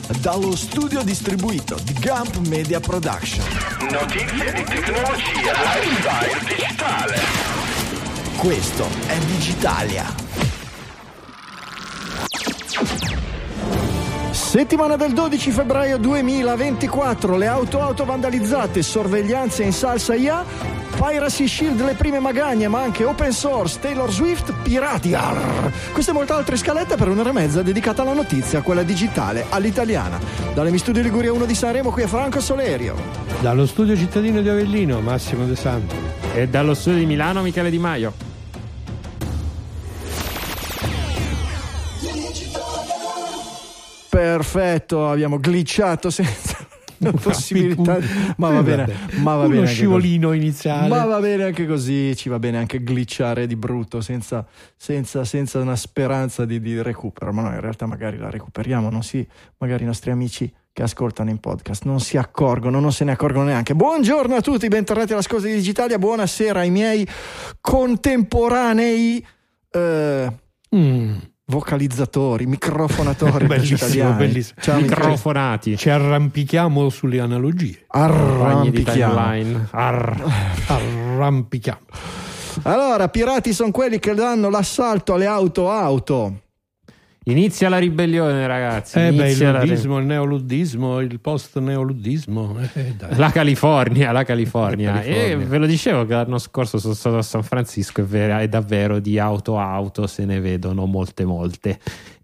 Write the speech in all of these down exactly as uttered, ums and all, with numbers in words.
dallo studio distribuito di Gump Media Production. Notizie di tecnologia, lifestyle digitale. Questo è Digitalia. Settimana del dodici febbraio duemilaventiquattro, le auto auto vandalizzate, sorveglianze in salsa I A, Piracy Shield, le prime magagne, ma anche open source, Taylor Swift, pirati. Arr. Queste e molte altre scalette per un'ora e mezza dedicata alla notizia, quella digitale, all'italiana. Dalle Mi Studio Liguria uno di Sanremo, qui è Franco Solerio. Dallo studio cittadino di Avellino, Massimo De Santo. E dallo studio di Milano, Michele Di Maio. Perfetto, abbiamo glitchato senza possibilità, ma va bene, ma va bene uno scivolino iniziale, ma va bene anche così, ci va bene anche glitchare di brutto senza, senza, senza una speranza di, di recupero, ma noi in realtà magari la recuperiamo, non si, magari i nostri amici che ascoltano in podcast non si accorgono, non se ne accorgono neanche. Buongiorno a tutti, bentornati alla Scosa di Digitalia, buonasera ai miei contemporanei eh, mm. vocalizzatori, microfonatori bellissimo, bellissimo. Ciao, microfonati. Ci arrampichiamo sulle analogie. Arrampichiamo. Ar- arrampichiamo. Allora, pirati sono quelli che danno l'assalto alle auto auto. Inizia la ribellione, ragazzi. Eh beh, il la... luddismo, il neoluddismo, il post-neoluddismo. Eh, dai. La California, la California. La California. E ve lo dicevo che l'anno scorso sono stato a San Francisco e vera, è davvero di auto auto se ne vedono molte molte.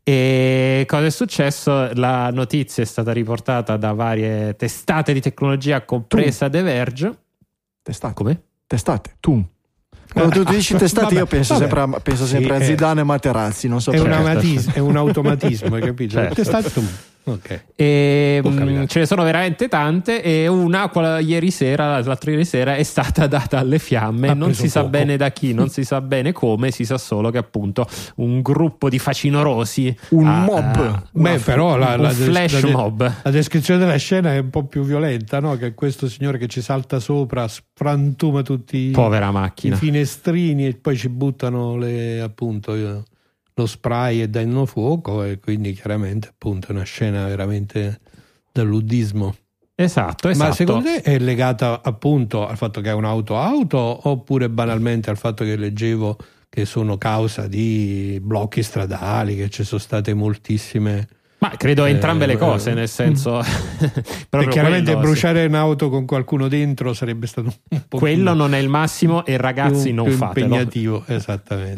E cosa è successo? La notizia è stata riportata da varie testate di tecnologia, compresa The Verge. Testate? Come? Testate, tu. Quando tu dici testate, vabbè, io penso vabbè. sempre, a, penso sempre sì, a Zidane e Materazzi. Non so è, perché. Un amatis- è un automatismo, hai capito? Certo. Testate tu. Okay. E, mh, ce ne sono veramente tante e una quella, ieri sera, l'altro ieri sera è stata data alle fiamme, ha non si sa poco. bene da chi, non si sa bene come, si sa solo che appunto un gruppo di facinorosi, un ha, mob, uh, beh, però la, un la, flash la, mob. La descrizione della scena è un po' più violenta, no? Che questo signore che ci salta sopra, frantuma tutti povera macchina, i finestrini e poi ci buttano le appunto io, lo spray e danno fuoco, e quindi chiaramente appunto è una scena veramente da luddismo. Esatto, esatto. Ma secondo te è legata appunto al fatto che è un'auto auto oppure banalmente al fatto che leggevo che sono causa di blocchi stradali, che ci sono state moltissime... Ma credo entrambe eh, le cose, nel senso proprio chiaramente quello, bruciare sì. un'auto con qualcuno dentro sarebbe stato un po' quello più, non è il massimo e ragazzi più, non più fatelo. Impegnativo, esattamente.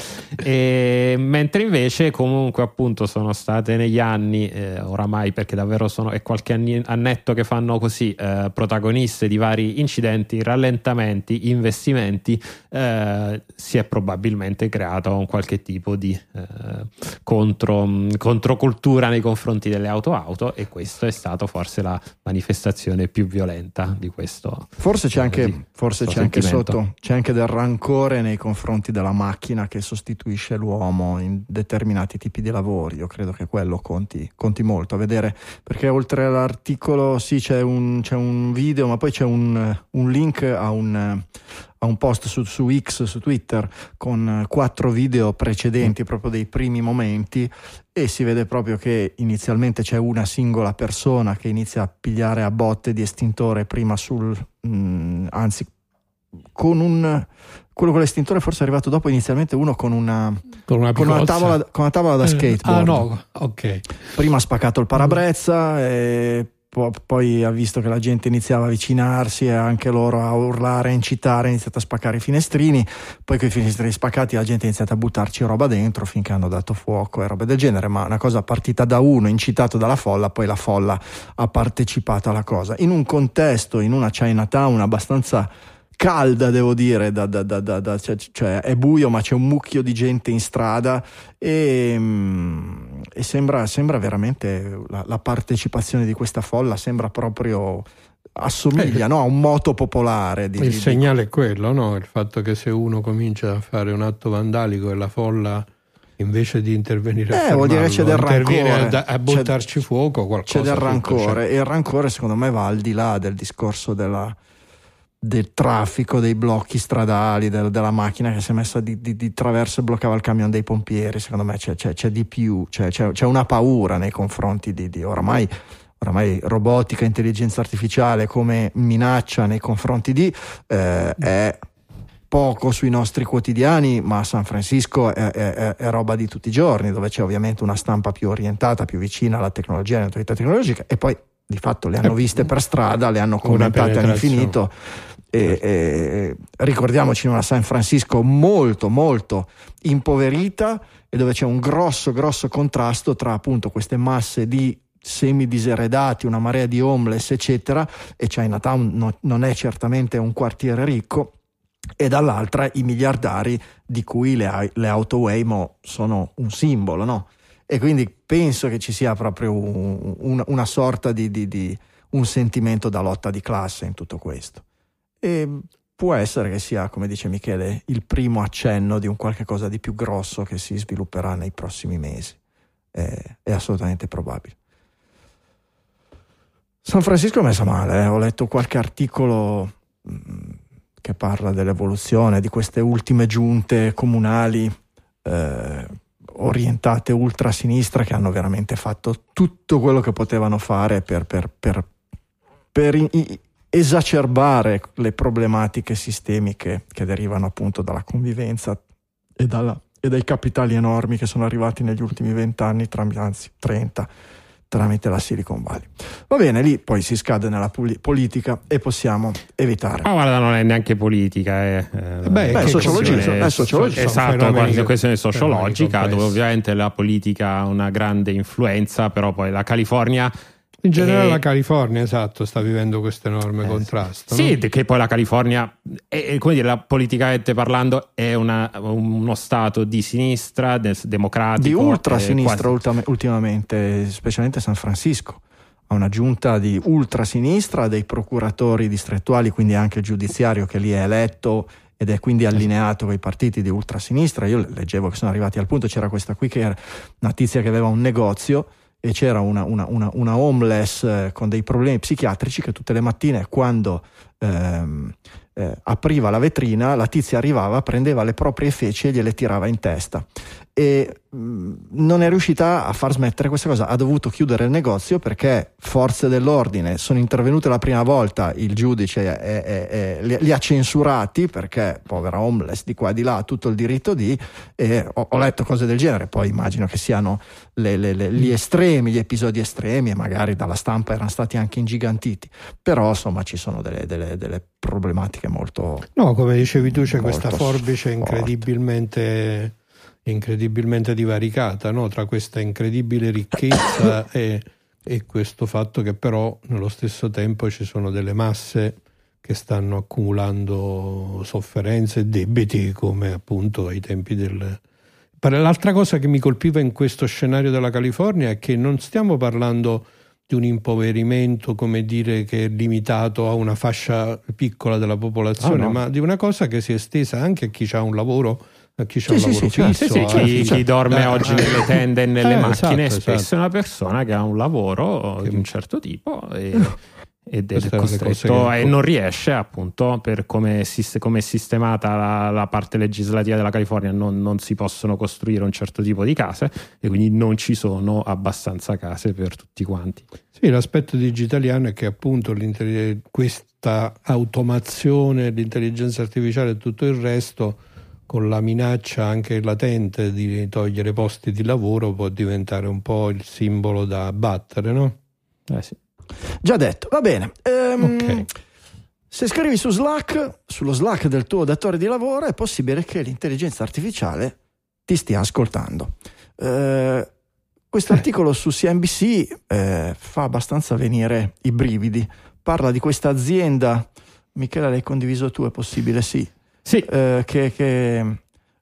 E, mentre invece comunque appunto sono state negli anni eh, oramai, perché davvero sono è qualche anni, annetto che fanno così eh, protagoniste di vari incidenti, rallentamenti, investimenti, eh, si è probabilmente creato un qualche tipo di eh, contro, controcultura nei confronti delle auto auto, e questo è stato forse la manifestazione più violenta di questo. Forse c'è anche, di, forse c'è anche sotto, c'è anche del rancore nei confronti della macchina che sostituisce l'uomo in determinati tipi di lavori. Io credo che quello conti, conti molto a vedere, perché oltre all'articolo sì c'è un, c'è un video, ma poi c'è un, un link a un a un post su, su X, su Twitter, con quattro video precedenti, proprio dei primi momenti, e si vede proprio che inizialmente c'è una singola persona che inizia a pigliare a botte di estintore prima sul mh, anzi con un quello con l'estintore forse è arrivato dopo, inizialmente uno con una con una, con una, tavola, con una tavola da skateboard. Ah no, ok. Prima ha spaccato il parabrezza e poi ha visto che la gente iniziava a avvicinarsi e anche loro a urlare, a incitare, ha iniziato a spaccare i finestrini, poi con i finestrini spaccati la gente ha iniziato a buttarci roba dentro finché hanno dato fuoco e roba del genere, ma una cosa partita da uno, incitato dalla folla, poi la folla ha partecipato alla cosa, in un contesto, in una Chinatown abbastanza calda, devo dire, da, da, da, da, da, cioè, cioè è buio ma c'è un mucchio di gente in strada e, e sembra, sembra veramente la, la partecipazione di questa folla sembra proprio assomiglia eh, no, a un moto popolare di, il di, segnale di... è quello, no? Il fatto che se uno comincia a fare un atto vandalico e la folla invece di intervenire a eh, fermarlo, vuol dire che c'è del rancore a, a buttarci c'è, fuoco, qualcosa c'è del rancore c'è. E il rancore secondo me va al di là del discorso della del traffico, dei blocchi stradali, del, della macchina che si è messa di, di, di traverso e bloccava il camion dei pompieri. Secondo me c'è, c'è, c'è di più, c'è, c'è, c'è una paura nei confronti di, di oramai oramai robotica, intelligenza artificiale come minaccia nei confronti di eh, è poco sui nostri quotidiani, ma San Francisco è, è, è roba di tutti i giorni, dove c'è ovviamente una stampa più orientata, più vicina alla tecnologia e all'autorità tecnologica, e poi di fatto le hanno viste per strada, le hanno commentate all'infinito. E, e, ricordiamoci una San Francisco molto molto impoverita, e dove c'è un grosso grosso contrasto tra appunto queste masse di semi-diseredati, una marea di homeless eccetera, e Chinatown no, non è certamente un quartiere ricco, e dall'altra i miliardari di cui le, le auto Waymo sono un simbolo, no? E quindi penso che ci sia proprio un, un, una sorta di, di, di un sentimento da lotta di classe in tutto questo, e può essere che sia, come dice Michele, il primo accenno di un qualche cosa di più grosso che si svilupperà nei prossimi mesi. È, è assolutamente probabile. San Francisco è messa male, eh? Ho letto qualche articolo mh, che parla dell'evoluzione di queste ultime giunte comunali eh, orientate ultra a sinistra, che hanno veramente fatto tutto quello che potevano fare per, per, per, per i, esacerbare le problematiche sistemiche che derivano appunto dalla convivenza e, dalla, e dai capitali enormi che sono arrivati negli ultimi vent'anni, anzi trenta, tramite la Silicon Valley. Va bene, lì poi si scade nella poli- politica e possiamo evitare. Ma guarda, non è neanche politica, è, eh, Beh, è sociologia, è sociologia. Esatto, una questione sociologica, dove ovviamente la politica ha una grande influenza, però poi la California... In generale e... la California, esatto, sta vivendo questo enorme eh, contrasto. Sì, no? Che poi la California, è, è, come dire, la, politicamente parlando, è una, uno stato di sinistra, del, democratico. Di ultrasinistra quasi... ultimamente, specialmente San Francisco. Ha una giunta di ultrasinistra, dei procuratori distrettuali, quindi anche il giudiziario che lì è eletto ed è quindi allineato con i partiti di ultrasinistra. Io leggevo che sono arrivati al punto, c'era questa qui che era una tizia che aveva un negozio e c'era una, una, una, una homeless eh, con dei problemi psichiatrici, che tutte le mattine quando ehm, eh, apriva la vetrina la tizia arrivava, prendeva le proprie feci e gliele tirava in testa, e mh, non è riuscita a far smettere questa cosa, ha dovuto chiudere il negozio perché forze dell'ordine sono intervenute la prima volta, il giudice è, è, è, li, li ha censurati perché povera homeless di qua e di là ha tutto il diritto di, e ho, ho letto cose del genere, poi immagino che siano le, le, le, gli estremi, gli episodi estremi, e magari dalla stampa erano stati anche ingigantiti, però insomma ci sono delle, delle, delle problematiche molto, no, come dicevi tu, c'è molto questa forbice forte. incredibilmente incredibilmente divaricata, no? Tra questa incredibile ricchezza e, e questo fatto che però nello stesso tempo ci sono delle masse che stanno accumulando sofferenze e debiti, come appunto ai tempi del... L'altra cosa che mi colpiva in questo scenario della California è che non stiamo parlando di un impoverimento, come dire, che è limitato a una fascia piccola della popolazione, oh no. ma di una cosa che si è estesa anche a chi ha un lavoro, a chi sì, ha un sì, lavoro sì, fisso. Sì, sì, a chi, chi, chi dorme eh, oggi eh, nelle tende e nelle eh, macchine esatto, spesso esatto. è una persona che ha un lavoro Che... di un certo tipo e, ed è Queste costretto che... e non riesce, appunto, per come, come è sistemata la, la parte legislativa della California, non, non si possono costruire un certo tipo di case e quindi non ci sono abbastanza case per tutti quanti. Sì, l'aspetto digitaliano è che appunto questa automazione, l'intelligenza artificiale e tutto il resto, con la minaccia anche latente di togliere posti di lavoro, può diventare un po' il simbolo da abbattere, no? Eh sì. Già detto, va bene. Ehm, Ok. Se scrivi su Slack, sullo Slack del tuo datore di lavoro, è possibile che l'intelligenza artificiale ti stia ascoltando. Eh, questo Eh. articolo su C N B C eh, fa abbastanza venire i brividi. Parla di questa azienda, Michele l'hai condiviso tu, è possibile? Sì. Sì. Eh, che... che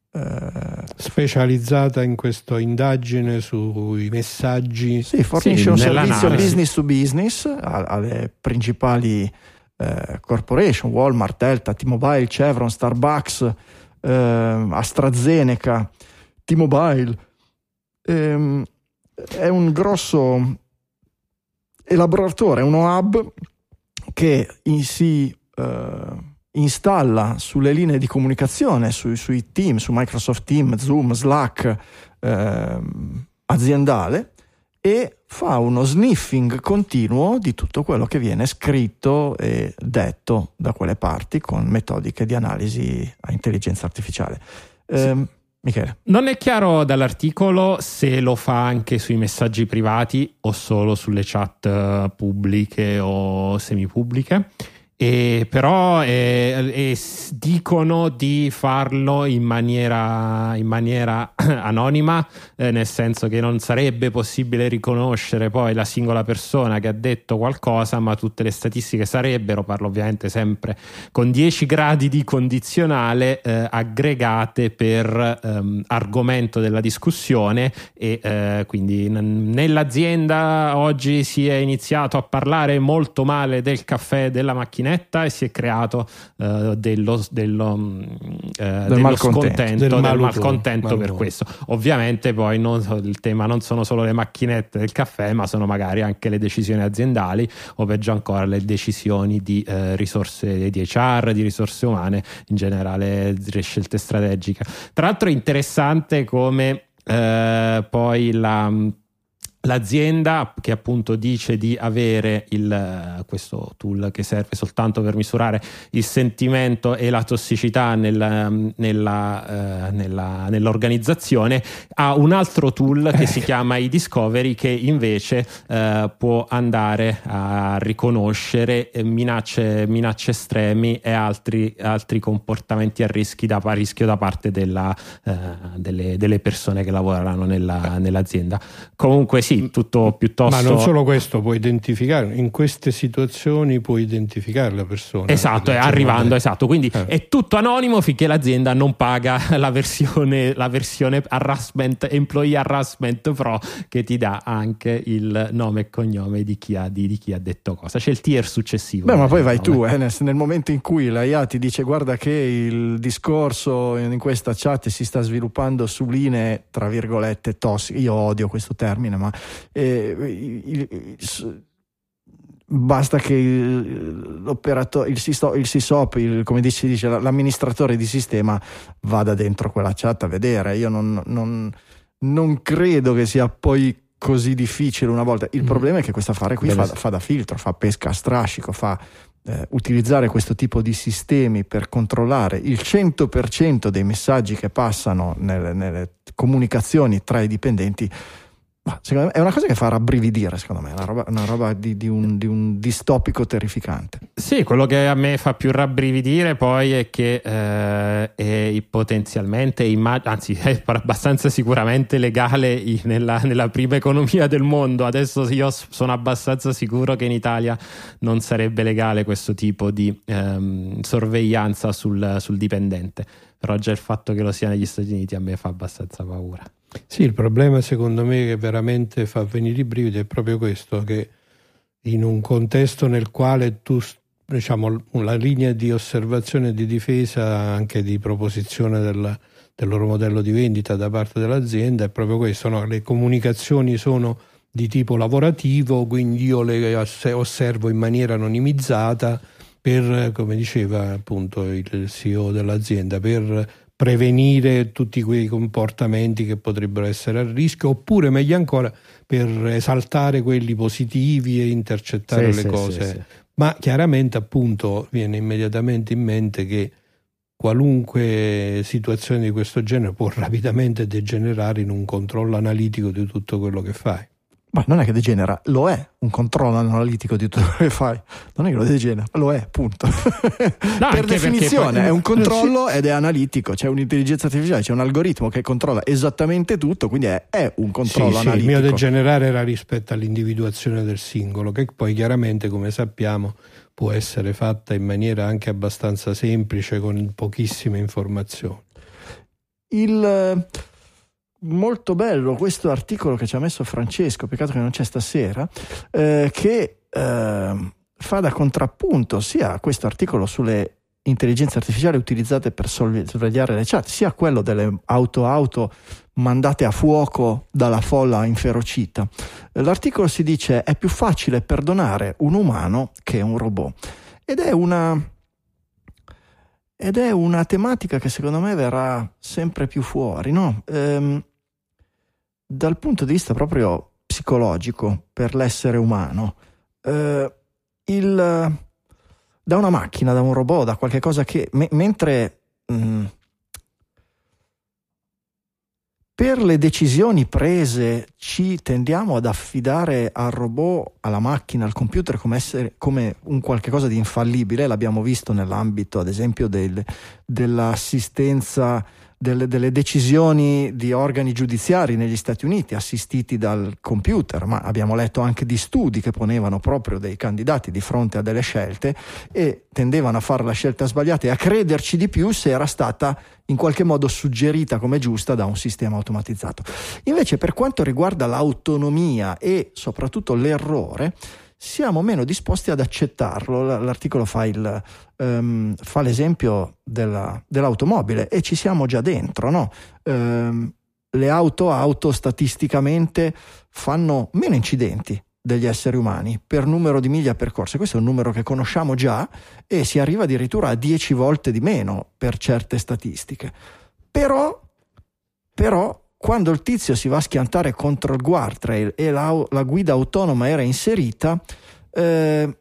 eh, Specializzata in questa indagine sui messaggi. Sì, fornisce Sì, un servizio nell'analisi. business to business a- alle principali eh, corporation, Walmart, Delta, T-Mobile, Chevron, Starbucks, eh, AstraZeneca, T-Mobile. Ehm, è un grosso elaboratore, è uno hub che in, si eh, installa sulle linee di comunicazione, sui, sui team, su Microsoft Teams, Zoom, Slack eh, aziendale, e fa uno sniffing continuo di tutto quello che viene scritto e detto da quelle parti con metodiche di analisi a intelligenza artificiale. Sì. Eh, Michele. Non è chiaro dall'articolo se lo fa anche sui messaggi privati o solo sulle chat pubbliche o semipubbliche. E però eh, eh, dicono di farlo in maniera, in maniera anonima, eh, nel senso che non sarebbe possibile riconoscere poi la singola persona che ha detto qualcosa, ma tutte le statistiche sarebbero, parlo ovviamente sempre con dieci gradi di condizionale, eh, aggregate per ehm, argomento della discussione. E eh, quindi n- nell'azienda oggi si è iniziato a parlare molto male del caffè della macchinetta e si è creato uh, dello, dello, uh, del dello malcontento, scontento, del del malutore, malcontento per malutore. questo. Ovviamente poi non, il tema non sono solo le macchinette del caffè, ma sono magari anche le decisioni aziendali o peggio ancora le decisioni di uh, risorse di H R, di risorse umane, in generale le scelte strategiche. Tra l'altro è interessante come uh, poi la l'azienda, che appunto dice di avere il, questo tool che serve soltanto per misurare il sentimento e la tossicità nella, nella, eh, nella, nell'organizzazione, ha un altro tool che si chiama iDiscovery, che invece eh, può andare a riconoscere minacce, minacce estremi e altri, altri comportamenti a, rischi da, a rischio da parte della, eh, delle, delle persone che lavoreranno nella, nell'azienda. Comunque sì, tutto piuttosto. Ma non solo questo, puoi identificare in queste situazioni, puoi identificare la persona. Esatto, è arrivando, esatto. Quindi eh. è tutto anonimo finché l'azienda non paga la versione, la versione harassment, employee harassment pro, che ti dà anche il nome e cognome di chi ha, di, di chi ha detto cosa. C'è il tier successivo. Beh, ma poi vai tu, eh, nel, nel momento in cui l'A I ti dice guarda che il discorso in questa chat si sta sviluppando su linee tra virgolette tossiche. Io odio questo termine, ma eh, il, il, il, basta che il, l'operatore, il, il SysOp, il, come si dice, l'amministratore di sistema vada dentro quella chat a vedere. Io non, non, non credo che sia poi così difficile una volta. Il mm. problema è che questo affare qui fa, fa da filtro, fa pesca a strascico, fa eh, utilizzare questo tipo di sistemi per controllare il cento per cento dei messaggi che passano nelle, nelle comunicazioni tra i dipendenti. Ma secondo me è una cosa che fa rabbrividire, secondo me, è una roba, una roba di, di, un, di un distopico terrificante. Sì, quello che a me fa più rabbrividire poi è che eh, è potenzialmente, immag- anzi è abbastanza sicuramente legale nella, nella prima economia del mondo. Adesso io sono abbastanza sicuro che in Italia non sarebbe legale questo tipo di ehm, sorveglianza sul, sul dipendente, però già il fatto che lo sia negli Stati Uniti a me fa abbastanza paura. Sì, il problema secondo me che veramente fa venire i brividi è proprio questo, che in un contesto nel quale tu, diciamo, la linea di osservazione e di difesa, anche di proposizione del, del loro modello di vendita da parte dell'azienda, è proprio questo, no? Le comunicazioni sono di tipo lavorativo, quindi io le osservo in maniera anonimizzata per, come diceva appunto il C E O dell'azienda, per prevenire tutti quei comportamenti che potrebbero essere a rischio, oppure meglio ancora per esaltare quelli positivi e intercettare sì, le sì, cose. sì, sì. Ma chiaramente appunto viene immediatamente in mente che qualunque situazione di questo genere può rapidamente degenerare in un controllo analitico di tutto quello che fai. Ma non è che degenera, lo è un controllo analitico di tutto quello che fai. Non è che lo degenera, lo è, punto. No, per definizione perché... è un controllo ed è analitico. C'è un'intelligenza artificiale, c'è un algoritmo che controlla esattamente tutto, quindi è, è un controllo sì, analitico. Sì, il mio degenerare era rispetto all'individuazione del singolo, che poi chiaramente, come sappiamo, può essere fatta in maniera anche abbastanza semplice, con pochissime informazioni. Il... Molto bello questo articolo che ci ha messo Francesco, peccato che non c'è stasera, eh, che eh, fa da contrappunto sia a questo articolo sulle intelligenze artificiali utilizzate per sorvegliare le chat, sia quello delle auto-auto mandate a fuoco dalla folla inferocita. L'articolo si dice: è più facile perdonare un umano che un robot, ed è una... ed è una tematica che secondo me verrà sempre più fuori, no? Ehm, dal punto di vista proprio psicologico per l'essere umano, eh, il, da una macchina, da un robot, da qualche cosa che me, mentre mh, per le decisioni prese ci tendiamo ad affidare al robot, alla macchina, al computer come, essere, come un qualche cosa di infallibile. L'abbiamo visto nell'ambito, ad esempio, del, dell'assistenza, delle, delle decisioni di organi giudiziari negli Stati Uniti assistiti dal computer, ma abbiamo letto anche di studi che ponevano proprio dei candidati di fronte a delle scelte e tendevano a fare la scelta sbagliata e a crederci di più se era stata in qualche modo suggerita come giusta da un sistema automatizzato. Invece, per quanto riguarda l'autonomia e soprattutto l'errore, siamo meno disposti ad accettarlo. L'articolo fa, il, um, fa l'esempio della, dell'automobile e ci siamo già dentro, no? Um, le auto auto statisticamente fanno meno incidenti degli esseri umani per numero di miglia percorse. Questo è un numero che conosciamo già e si arriva addirittura a dieci volte di meno per certe statistiche. Però, però quando il tizio si va a schiantare contro il guardrail e la, la guida autonoma era inserita, eh,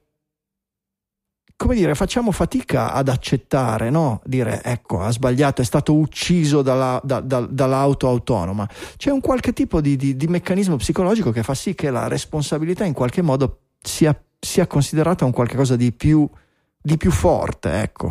come dire, facciamo fatica ad accettare, no? Dire, ecco, ha sbagliato, è stato ucciso dalla, da, da, dall'auto autonoma. C'è un qualche tipo di, di, di meccanismo psicologico che fa sì che la responsabilità in qualche modo sia, sia considerata un qualche cosa di più, di più forte, ecco.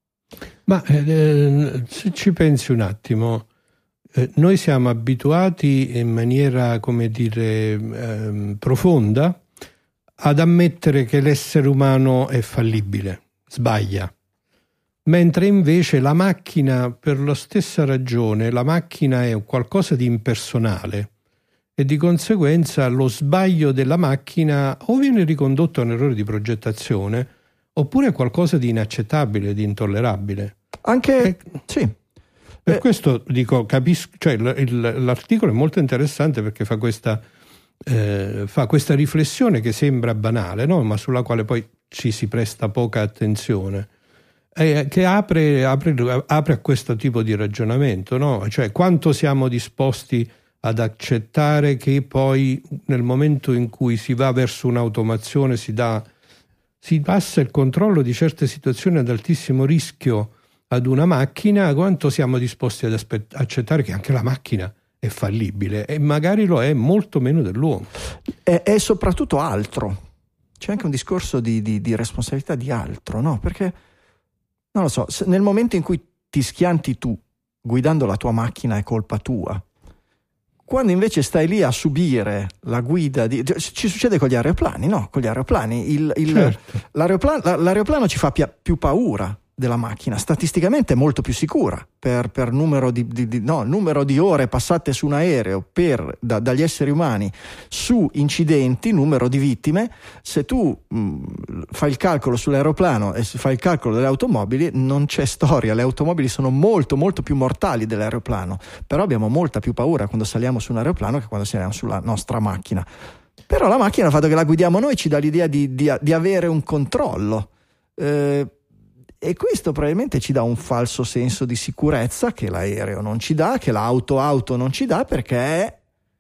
Ma eh, se ci pensi un attimo, eh, noi siamo abituati in maniera, come dire, eh, profonda ad ammettere che l'essere umano è fallibile, sbaglia, mentre invece la macchina, per la stessa ragione, la macchina è qualcosa di impersonale e di conseguenza lo sbaglio della macchina o viene ricondotto a un errore di progettazione oppure è qualcosa di inaccettabile, di intollerabile. Anche e, sì. Per eh. questo dico, capisco, cioè il, il, l'articolo è molto interessante perché fa questa Eh, fa questa riflessione che sembra banale, no? Ma sulla quale poi ci si presta poca attenzione, eh, che apre, apre, apre a questo tipo di ragionamento, no? Cioè quanto siamo disposti ad accettare che poi nel momento in cui si va verso un'automazione si dà, si passa il controllo di certe situazioni ad altissimo rischio ad una macchina, quanto siamo disposti ad aspe- accettare che anche la macchina è fallibile e magari lo è molto meno dell'uomo. È, è soprattutto altro. C'è anche un discorso di, di, di responsabilità di altro, no? Perché, non lo so, nel momento in cui ti schianti tu guidando la tua macchina è colpa tua. Quando invece stai lì a subire la guida di... Ci succede con gli aeroplani, no? Con gli aeroplani. Il, il, certo. l'aeroplano, l'aeroplano ci fa pia, più paura della macchina, statisticamente è molto più sicura per, per numero di, di, di no, numero di ore passate su un aereo per, da, dagli esseri umani su incidenti, numero di vittime. Se tu mh, fai il calcolo sull'aeroplano e fai il calcolo delle automobili, non c'è storia, le automobili sono molto molto più mortali dell'aeroplano, però abbiamo molta più paura quando saliamo su un aeroplano che quando saliamo sulla nostra macchina. Però la macchina, il fatto che la guidiamo noi, ci dà l'idea di, di, di avere un controllo, eh, e questo probabilmente ci dà un falso senso di sicurezza che l'aereo non ci dà, che l'auto auto non ci dà, perché è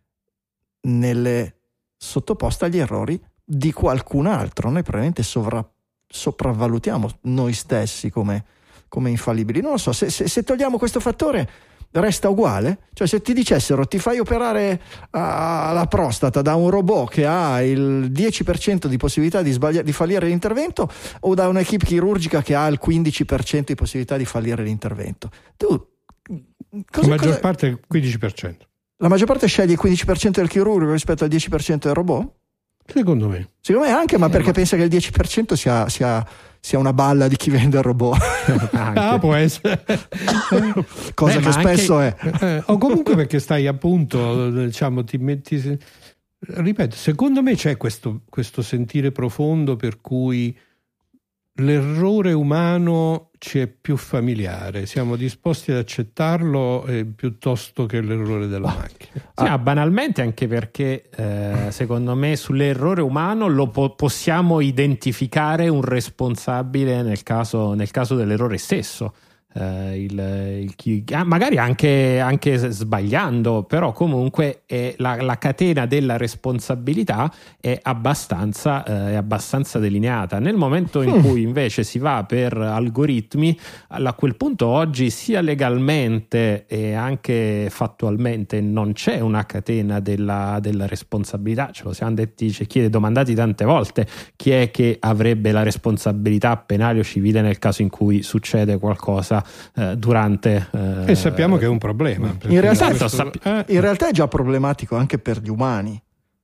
nelle sottoposta agli errori di qualcun altro. Noi probabilmente sovra, sopravvalutiamo noi stessi come, come infallibili. Non lo so, se, se, se togliamo questo fattore resta uguale? Cioè, se ti dicessero ti fai operare alla prostata da un robot che ha il dieci per cento di possibilità di, sbaglia- di fallire l'intervento, o da un'equipe chirurgica che ha il quindici per cento di possibilità di fallire l'intervento, tu cosa, la maggior cosa... parte è il quindici per cento. La maggior parte sceglie il quindici per cento del chirurgo rispetto al dieci per cento del robot? Secondo me. Secondo me anche, ma eh, perché ma... pensa che il dieci per cento sia, sia, sia una balla di chi vende il robot. Ah, può essere. Cosa Beh, che spesso anche, è. Eh, o comunque perché stai appunto, diciamo, ti metti... Ripeto, secondo me c'è questo, questo sentire profondo per cui l'errore umano ci è più familiare, siamo disposti ad accettarlo eh, piuttosto che l'errore della oh. macchina. Sì, ah. banalmente anche perché eh, secondo me sull'errore umano lo po- possiamo identificare un responsabile nel caso, nel caso dell'errore stesso. eh, il, il chi, magari anche, anche sbagliando, però comunque è la, la catena della responsabilità è abbastanza, eh, è abbastanza delineata. Nel momento in cui invece si va per algoritmi, a quel punto oggi sia legalmente e anche fattualmente non c'è una catena della, della responsabilità. Ce lo siamo detti, ci chiede domandati tante volte chi è che avrebbe la responsabilità penale o civile nel caso in cui succede qualcosa eh, durante eh, e sappiamo che è un problema in realtà, questo, sapi- eh, in realtà è già problematico anche per gli umani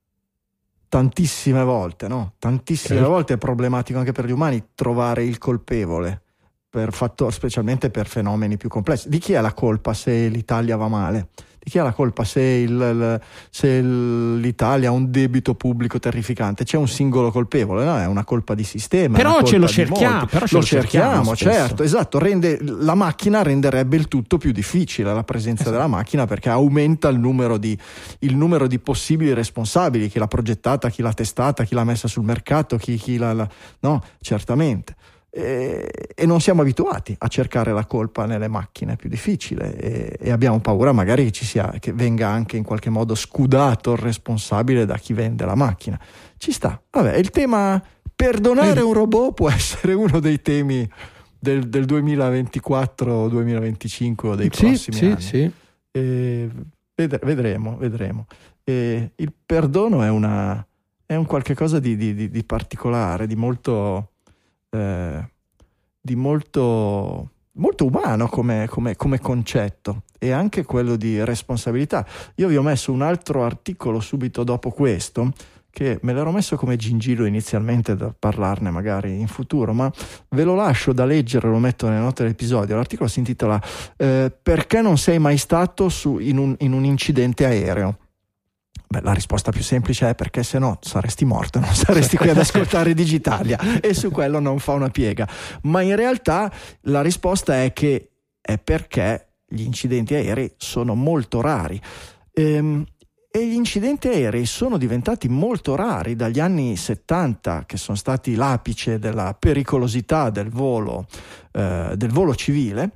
tantissime volte, no? Tantissime certo. volte è problematico anche per gli umani trovare il colpevole per fattor, specialmente per fenomeni più complessi. Di chi è la colpa se l'Italia va male? Di chi è la colpa se, il, se l'Italia ha un debito pubblico terrificante? C'è un singolo colpevole, no? È una colpa di sistema. Però ce lo cerchiamo, però ce lo, lo cerchiamo, cerchiamo certo, esatto. Rende, la macchina renderebbe il tutto più difficile, la presenza esatto. della macchina, perché aumenta il numero di il numero di possibili responsabili, chi l'ha progettata, chi l'ha testata, chi l'ha messa sul mercato, chi, chi l'ha, la, no, certamente. E, e non siamo abituati a cercare la colpa nelle macchine, è più difficile e, e abbiamo paura magari che ci sia, che venga anche in qualche modo scudato il responsabile da chi vende la macchina. Ci sta. Vabbè, il tema perdonare un robot può essere uno dei temi del, del duemilaventiquattro o duemilaventicinque o dei sì, prossimi sì, anni. Sì. E vedremo, vedremo. E il perdono è una è un qualche cosa di, di, di, di particolare, di molto Eh, di molto molto umano come, come, come concetto, e anche quello di responsabilità. Io vi ho messo un altro articolo subito dopo questo, che me l'ero messo come gingillo inizialmente da parlarne magari in futuro, ma ve lo lascio da leggere, lo metto nelle note dell'episodio. L'articolo si intitola eh, Perché non sei mai stato su, in, un, in un incidente aereo? Beh, la risposta più semplice è perché se no saresti morto, non saresti qui ad ascoltare Digitalia, e su quello non fa una piega. Ma in realtà la risposta è che è perché gli incidenti aerei sono molto rari. Ehm, e gli incidenti aerei sono diventati molto rari dagli anni settanta, che sono stati l'apice della pericolosità del volo, eh, del volo civile,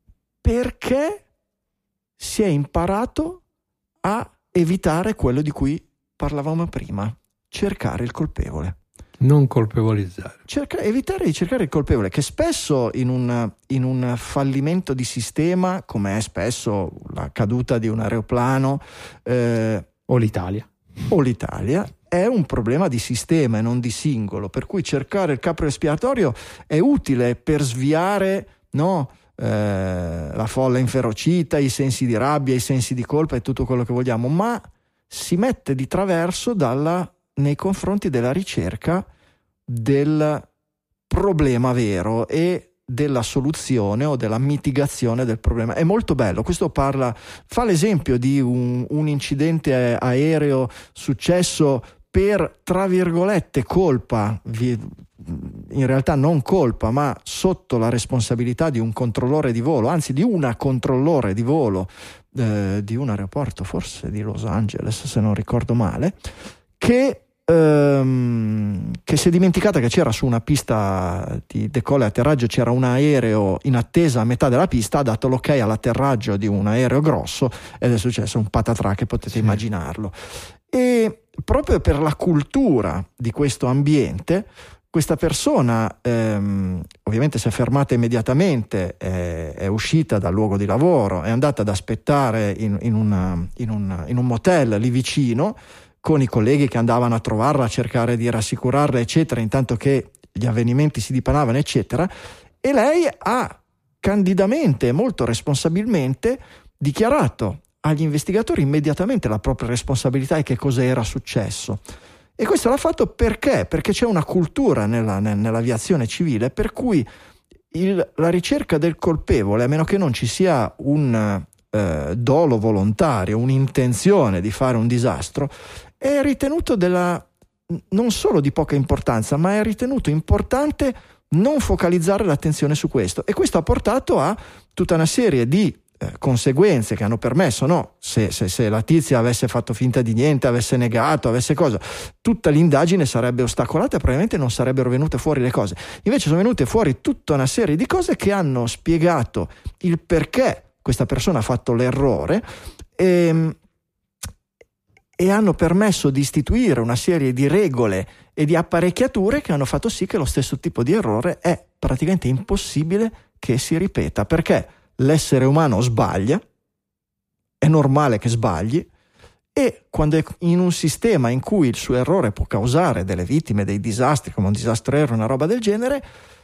perché si è imparato a evitare quello di cui parlavamo prima, cercare il colpevole. Non colpevolizzare. Cerca, evitare di cercare il colpevole, che spesso in un, in un fallimento di sistema, come è spesso la caduta di un aeroplano, eh, o l'Italia. O l'Italia, è un problema di sistema e non di singolo, per cui cercare il capro espiatorio è utile per sviare, no? Eh, la folla inferocita, i sensi di rabbia, i sensi di colpa e tutto quello che vogliamo, ma si mette di traverso dalla, nei confronti della ricerca del problema vero e della soluzione o della mitigazione del problema. È molto bello. Questo parla, fa l'esempio di un, un incidente aereo successo per, tra virgolette, colpa, in realtà non colpa, ma sotto la responsabilità di un controllore di volo, anzi di una controllore di volo eh, di un aeroporto, forse di Los Angeles se non ricordo male, che, ehm, che si è dimenticata che c'era su una pista di decollo e atterraggio, c'era un aereo in attesa a metà della pista, ha dato l'ok all'atterraggio di un aereo grosso ed è successo un patatrà che potete sì. immaginarlo. E proprio per la cultura di questo ambiente, questa persona ehm, ovviamente si è fermata immediatamente, è, è uscita dal luogo di lavoro, è andata ad aspettare in, in, una, in, un, in un motel lì vicino con i colleghi che andavano a trovarla, a cercare di rassicurarla eccetera, intanto che gli avvenimenti si dipanavano eccetera, e lei ha candidamente e molto responsabilmente dichiarato agli investigatori immediatamente la propria responsabilità e che cosa era successo. E questo l'ha fatto perché? Perché c'è una cultura nella, nell'aviazione civile per cui il, la ricerca del colpevole, a meno che non ci sia un eh, dolo volontario, un'intenzione di fare un disastro, è ritenuto della, non solo di poca importanza, ma è ritenuto importante non focalizzare l'attenzione su questo. E questo ha portato a tutta una serie di eh, conseguenze che hanno permesso, no, se, se, se la tizia avesse fatto finta di niente, avesse negato, avesse cosa, tutta l'indagine sarebbe ostacolata e probabilmente non sarebbero venute fuori le cose. Invece sono venute fuori tutta una serie di cose che hanno spiegato il perché questa persona ha fatto l'errore e, e hanno permesso di istituire una serie di regole e di apparecchiature che hanno fatto sì che lo stesso tipo di errore è praticamente impossibile che si ripeta, perché l'essere umano sbaglia, è normale che sbagli, e quando è in un sistema in cui il suo errore può causare delle vittime, dei disastri, come un disastro aereo, una roba del genere,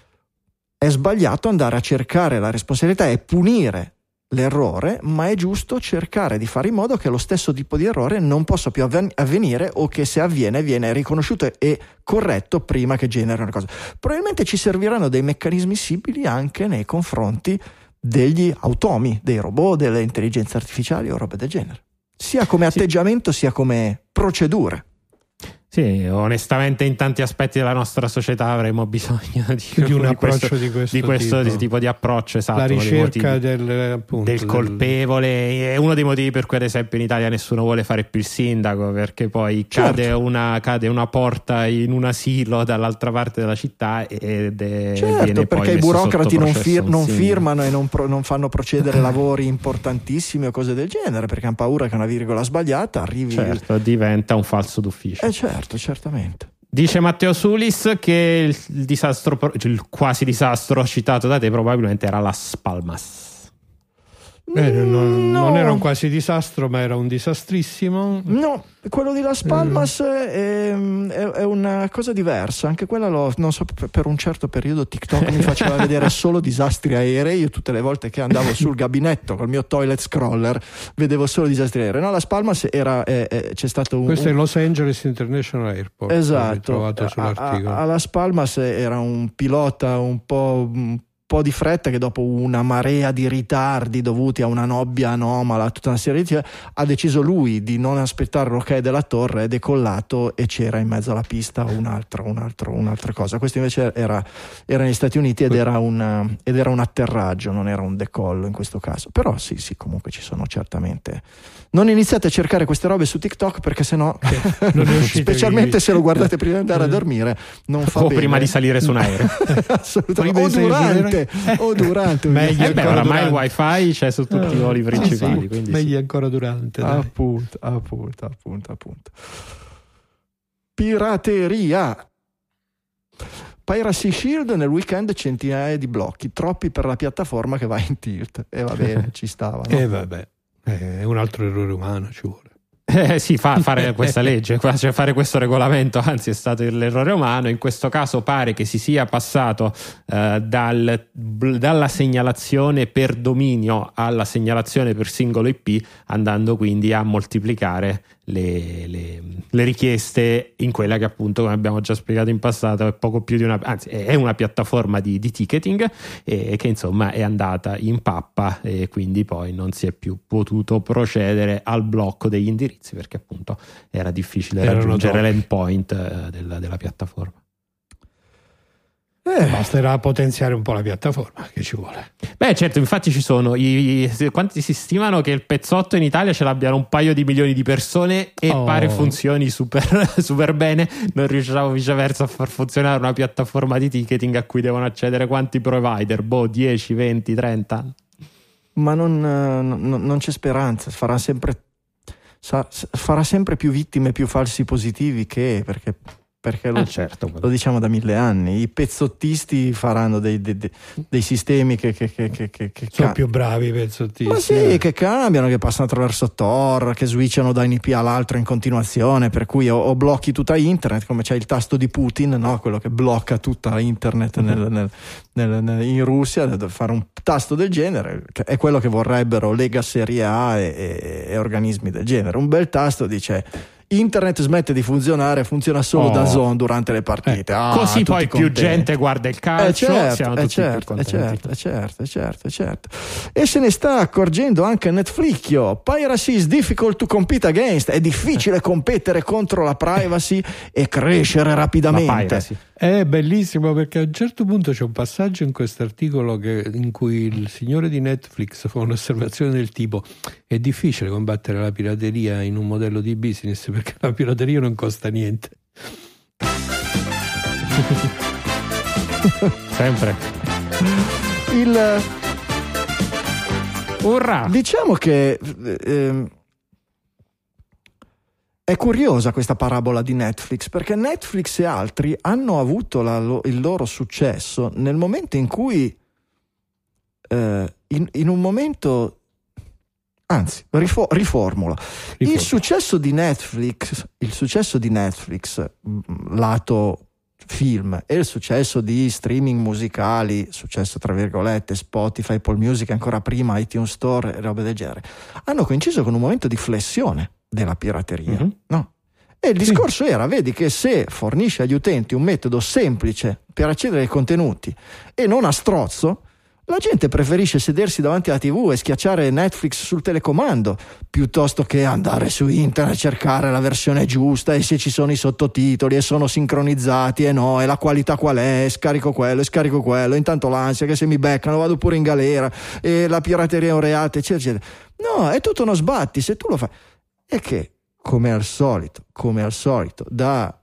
è sbagliato andare a cercare la responsabilità e punire l'errore, ma è giusto cercare di fare in modo che lo stesso tipo di errore non possa più avvenire, o che se avviene viene riconosciuto e corretto prima che generi una cosa. Probabilmente ci serviranno dei meccanismi simili anche nei confronti degli automi, dei robot, delle intelligenze artificiali o robe del genere, sia come atteggiamento sia come procedure. Sì, onestamente in tanti aspetti della nostra società avremo bisogno di, di un di approccio questo, di questo, di questo tipo. tipo di approccio, esatto. La ricerca del, appunto, del colpevole è uno dei motivi per cui ad esempio in Italia nessuno vuole fare più il sindaco, perché poi certo. cade, una, cade una porta in un asilo dall'altra parte della città ed è, certo, viene perché poi i burocrati non, fir- non sindaco. firmano e non, pro- non fanno procedere lavori importantissimi o cose del genere, perché hanno paura che una virgola sbagliata arrivi, certo, diventa un falso d'ufficio. Eh certo, certamente. Dice Matteo Sulis che il disastro, il quasi disastro citato da te probabilmente era Las Palmas. Eh, non, no. non era un quasi disastro, ma era un disastrissimo. No, quello di Las Palmas è, è, è una cosa diversa. Anche quella, l'ho, non so, per un certo periodo TikTok mi faceva vedere solo disastri aerei. Io tutte le volte che andavo sul gabinetto col mio toilet scroller vedevo solo disastri aerei. No, Las Palmas era, è, è, c'è stato un... Questo è Los Angeles International Airport. Esatto. Trovato sull'articolo. A, a, a Las Palmas era un pilota un po'... Un po' di fretta, che dopo una marea di ritardi dovuti a una nobbia anomala, tutta una serie di, ha deciso lui di non aspettare l'ok della torre, è decollato e c'era in mezzo alla pista un altro, un altro, un'altra cosa. Questo invece era, era negli Stati Uniti ed era, un, ed era un atterraggio, non era un decollo in questo caso. Però sì, sì, comunque ci sono certamente. Non iniziate a cercare queste robe su TikTok, perché sennò non specialmente se lo guardate prima di andare a dormire non fa o bene. prima di salire su un aereo. Assolutamente. O durante, o durante. Meglio eh beh, oramai durante. il wifi c'è su tutti i voli principali, sì, quindi meglio sì. ancora durante, dai. appunto, appunto, appunto, appunto. Pirateria. Piracy Shield nel weekend centinaia di blocchi, troppi per la piattaforma che va in tilt. E va bene, ci stava, no? E vabbè, è un altro errore umano ci vuole. Eh, sì, fa, fare questa legge, cioè fare questo regolamento, anzi è stato l'errore umano. In questo caso pare che si sia passato eh, dal, dalla segnalazione per dominio alla segnalazione per singolo I P, andando quindi a moltiplicare le, le, le richieste in quella che appunto, come abbiamo già spiegato in passato, è poco più di una, anzi è una piattaforma di, di ticketing e che insomma è andata in pappa, e quindi poi non si è più potuto procedere al blocco degli indirizzi, perché appunto era difficile Erano raggiungere troppi. l'endpoint eh, della, della piattaforma. Eh, Basterà potenziare un po' la piattaforma, che ci vuole. Beh, certo, infatti ci sono i, i- quanti si stimano che il pezzotto in Italia ce l'abbiano un paio di milioni di persone e Oh. pare funzioni super, super bene. Non riusciamo viceversa a far funzionare una piattaforma di ticketing a cui devono accedere quanti provider? Boh, dieci, venti, trenta. ma non, eh, non- non c'è speranza, farà sempre, sa- farà sempre più vittime, più falsi positivi, che perché, perché lo, Ah, certo. lo diciamo da mille anni. I pezzottisti faranno dei, dei- dei- dei sistemi che, che, che, che, che, che Sono ca- più bravi i pezzottini. ma sì, che cambiano, che passano attraverso Tor, che switchano da un I P all'altro in continuazione, per cui o, o blocchi tutta internet, come c'è il tasto di Putin, no? Quello che blocca tutta internet nel- nel- nel- nel- in Russia. Deve fare un tasto del genere, che è quello che vorrebbero Lega Serie A e, e- e organismi del genere. Un bel tasto dice: internet smette di funzionare, funziona solo Oh. da zone durante le partite. Eh, Ah, così tutti poi più contenti. gente guarda il calcio, Eh certo, siamo eh tutti certo, più eh contenti. certo, eh certo, eh certo, eh certo, certo. E se ne sta accorgendo anche Netflix. Piracy is difficult to compete against. È difficile competere contro la privacy e crescere La rapidamente. piracy. È bellissimo perché a un certo punto c'è un passaggio in questo articolo che, in cui il signore di Netflix fa un'osservazione del tipo: è difficile combattere la pirateria in un modello di business perché la pirateria non costa niente. Sempre. Il, Urrà! diciamo che ehm, è curiosa questa parabola di Netflix, perché Netflix e altri hanno avuto la lo- il loro successo nel momento in cui eh, in, in un momento anzi rifo- riformulo il Riforma. successo di Netflix il successo di Netflix mh, lato film e il successo di streaming musicali, successo tra virgolette, Spotify, Apple Music, ancora prima iTunes Store e robe del genere, hanno coinciso con un momento di flessione della pirateria, Mhm. no? E il discorso era, vedi che se fornisci agli utenti un metodo semplice per accedere ai contenuti e non a strozzo, la gente preferisce sedersi davanti alla tivù e schiacciare Netflix sul telecomando piuttosto che andare su internet a cercare la versione giusta e se ci sono i sottotitoli e sono sincronizzati e no, e la qualità qual è, e scarico quello e scarico quello, intanto l'ansia che se mi beccano vado pure in galera e la pirateria è un reato, eccetera, eccetera. No, è tutto uno sbatti, se tu lo fai. E che, come al solito, come al solito, da,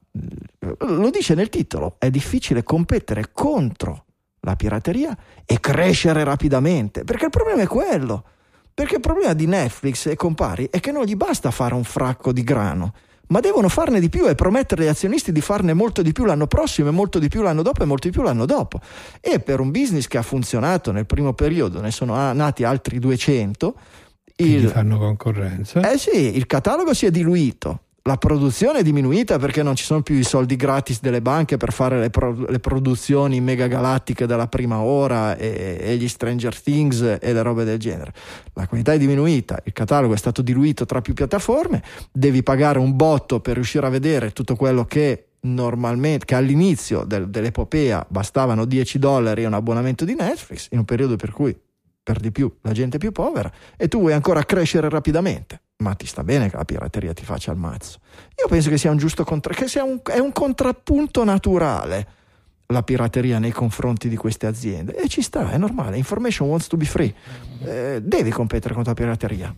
lo dice nel titolo, è difficile competere contro la pirateria e crescere rapidamente, perché il problema è quello, perché il problema di Netflix e compari è che non gli basta fare un fracco di grano, ma devono farne di più e promettere agli azionisti di farne molto di più l'anno prossimo e molto di più l'anno dopo e molto di più l'anno dopo. E per un business che ha funzionato nel primo periodo, ne sono nati altri duecento, Quindi il, fanno concorrenza. eh sì, il catalogo si è diluito, la produzione è diminuita perché non ci sono più i soldi gratis delle banche per fare le, pro- le produzioni mega galattiche della prima ora e, e gli Stranger Things e le robe del genere. La qualità è diminuita, il catalogo è stato diluito tra più piattaforme, devi pagare un botto per riuscire a vedere tutto quello che normalmente, che all'inizio del, dell'epopea bastavano dieci dollari e un abbonamento di Netflix, in un periodo per cui per di più la gente è più povera e tu vuoi ancora crescere rapidamente, ma ti sta bene che la pirateria ti faccia il mazzo. Io penso che sia un giusto contra- che sia un, è un contrappunto naturale la pirateria nei confronti di queste aziende e ci sta, è normale, information wants to be free, eh, devi competere contro la pirateria,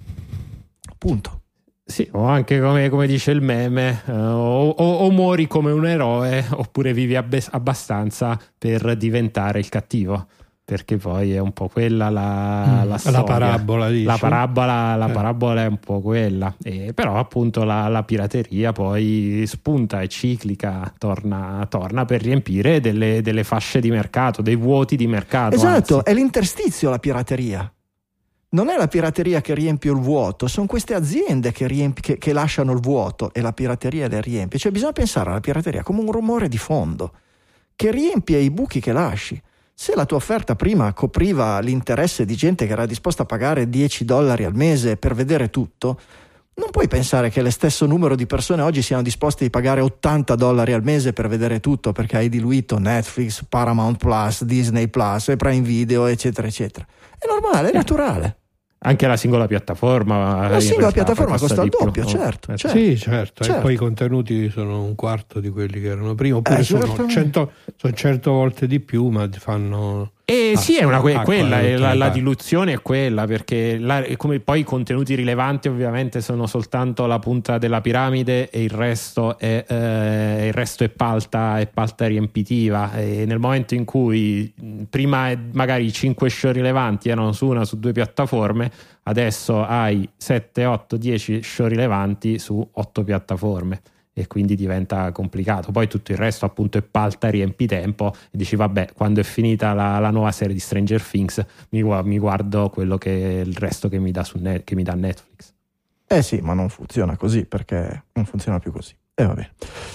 punto. Sì, o anche come, come dice il meme, eh, o, o, o muori come un eroe oppure vivi abbe- abbastanza per diventare il cattivo. Perché poi è un po' quella la, Mm, la, la parabola, dici? la parabola, la Eh. parabola è un po' quella, e però appunto la, la pirateria poi spunta, è ciclica, torna, torna per riempire delle, delle fasce di mercato, dei vuoti di mercato. Esatto, anzi. è l'interstizio la pirateria. Non è la pirateria che riempie il vuoto, sono queste aziende che, riempi, che, che lasciano il vuoto e la pirateria le riempie. Cioè bisogna pensare alla pirateria come un rumore di fondo che riempie i buchi che lasci. Se la tua offerta prima copriva l'interesse di gente che era disposta a pagare dieci dollari al mese per vedere tutto, non puoi pensare che lo stesso numero di persone oggi siano disposte a pagare ottanta dollari al mese per vedere tutto perché hai diluito Netflix, Paramount Plus, Disney Plus e Prime Video, eccetera, eccetera. È normale, è naturale. Anche la singola piattaforma. La in singola realtà piattaforma costa costa il di più. doppio, Oh, certo, eh, certo. Sì, certo, certo. e poi i contenuti sono un quarto di quelli che erano prima, oppure Eh, sono, certamente. cento, sono cento volte di più, ma fanno... E Ah, sì, è una que- acqua quella, da è tutte la, le la parti. diluzione è quella, perché la, come poi i contenuti rilevanti ovviamente sono soltanto la punta della piramide e il resto è, eh, il resto è palta, è palta riempitiva, e nel momento in cui mh, prima magari i cinque show rilevanti erano su una, su due piattaforme, adesso hai sette, otto, dieci show rilevanti su otto piattaforme. E quindi diventa complicato. Poi tutto il resto appunto è palta, riempi tempo e dici vabbè, quando è finita la, la nuova serie di Stranger Things mi, mi guardo quello che il resto che mi dà su net, che mi dà Netflix. Eh sì, ma non funziona così perché non funziona più così. E va bene.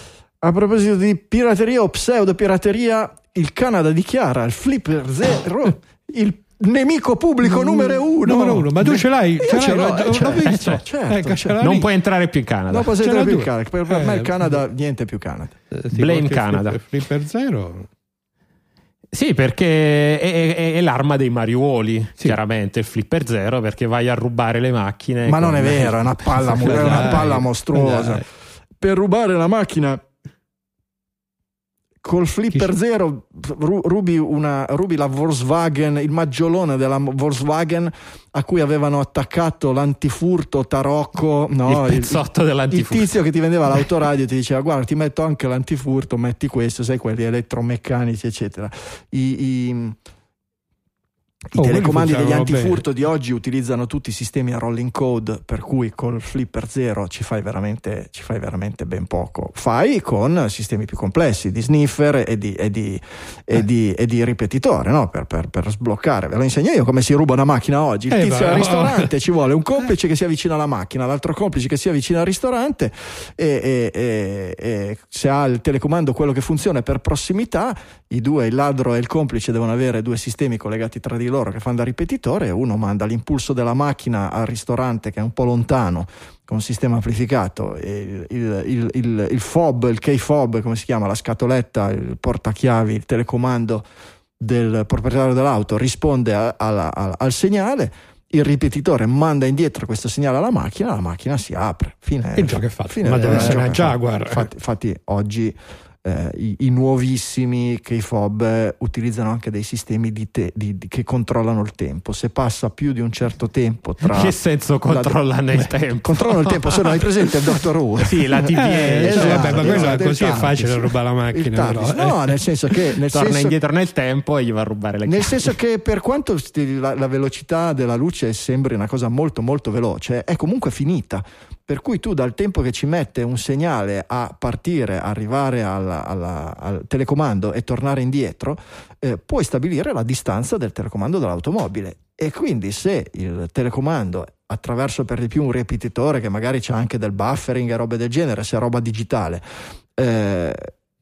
A proposito di pirateria o pseudo pirateria, il Canada dichiara il flipper zero, il nemico pubblico numero uno. Numero uno, ma tu ce l'hai? Io Ce ce l'hai? l'ho, L'ho eh, certo, visto. certo, Ecco, certo. Non lì. puoi entrare più in Canada. Non posso Ce entrare l'ha più in tu. Canada. Per, per Eh, me il Canada, niente più Canada. Eh, sì, Blame qualche Canada. Flipper, Flipper Zero. Sì, perché è, è- è l'arma dei mariuoli, Sì. chiaramente, il Flipper Zero, perché vai a rubare le macchine. Ma non con- è vero, è una palla, mu- è una Dai, palla mostruosa. dai. Per rubare la macchina col Flipper Zero ru- rubi, una, rubi la Volkswagen, il maggiolone della Volkswagen a cui avevano attaccato l'antifurto tarocco, no? Il pezzotto il dell'antifurto. tizio che ti vendeva l'autoradio ti diceva guarda ti metto anche l'antifurto, metti questo, sai quelli elettromeccanici eccetera. I, i, I Oh, telecomandi quelli degli funzionano antifurto di oggi utilizzano tutti i sistemi a rolling code, per cui col Flipper Zero ci fai veramente, ci fai veramente ben poco. Fai con sistemi più complessi di sniffer e di, e di, e Eh. di, e di ripetitore, no? per, per, per sbloccare. Ve lo insegno io come si ruba una macchina oggi. Il Eh, tizio ma- al ristorante ci vuole un complice che sia vicino alla macchina, l'altro complice che sia vicino al ristorante e, e, e, e se ha il telecomando quello che funziona è per prossimità, i due, il ladro e il complice, devono avere due sistemi collegati tra di loro che fanno da ripetitore e uno manda l'impulso della macchina al ristorante che è un po' lontano con un sistema amplificato e il, il, il, il, il fob, il key-fob come si chiama, la scatoletta, il portachiavi, il telecomando del proprietario dell'auto risponde a, a, a, al segnale, il ripetitore manda indietro questo segnale alla macchina, la macchina si apre. Fine, Il gioco è fatto, fine ma deve del essere gioco una è fatto. Jaguar. Infatti, infatti oggi eh, i, i nuovissimi key-fob eh, utilizzano anche dei sistemi di te, di, di, che controllano il tempo. Se passa più di un certo tempo tra Che senso controllano il tempo? Controllano il tempo, se no hai presente il Doctor Who? Sì, la T V Eh, è- sì, esatto, vabbè, ma quello esatto, è così il è facile TARDIS. rubare la macchina, Il TARDIS. però, eh. No, nel senso che nel torna senso, indietro nel tempo e gli va a rubare le nel chiavi. senso che per quanto sti- la, la velocità della luce sembri una cosa molto molto veloce, è comunque finita. Per cui tu dal tempo che ci mette un segnale a partire, arrivare alla, alla, al telecomando e tornare indietro, eh, puoi stabilire la distanza del telecomando dell'automobile. E quindi se il telecomando, attraverso per di più un ripetitore che magari c'ha anche del buffering e robe del genere, se è roba digitale, eh,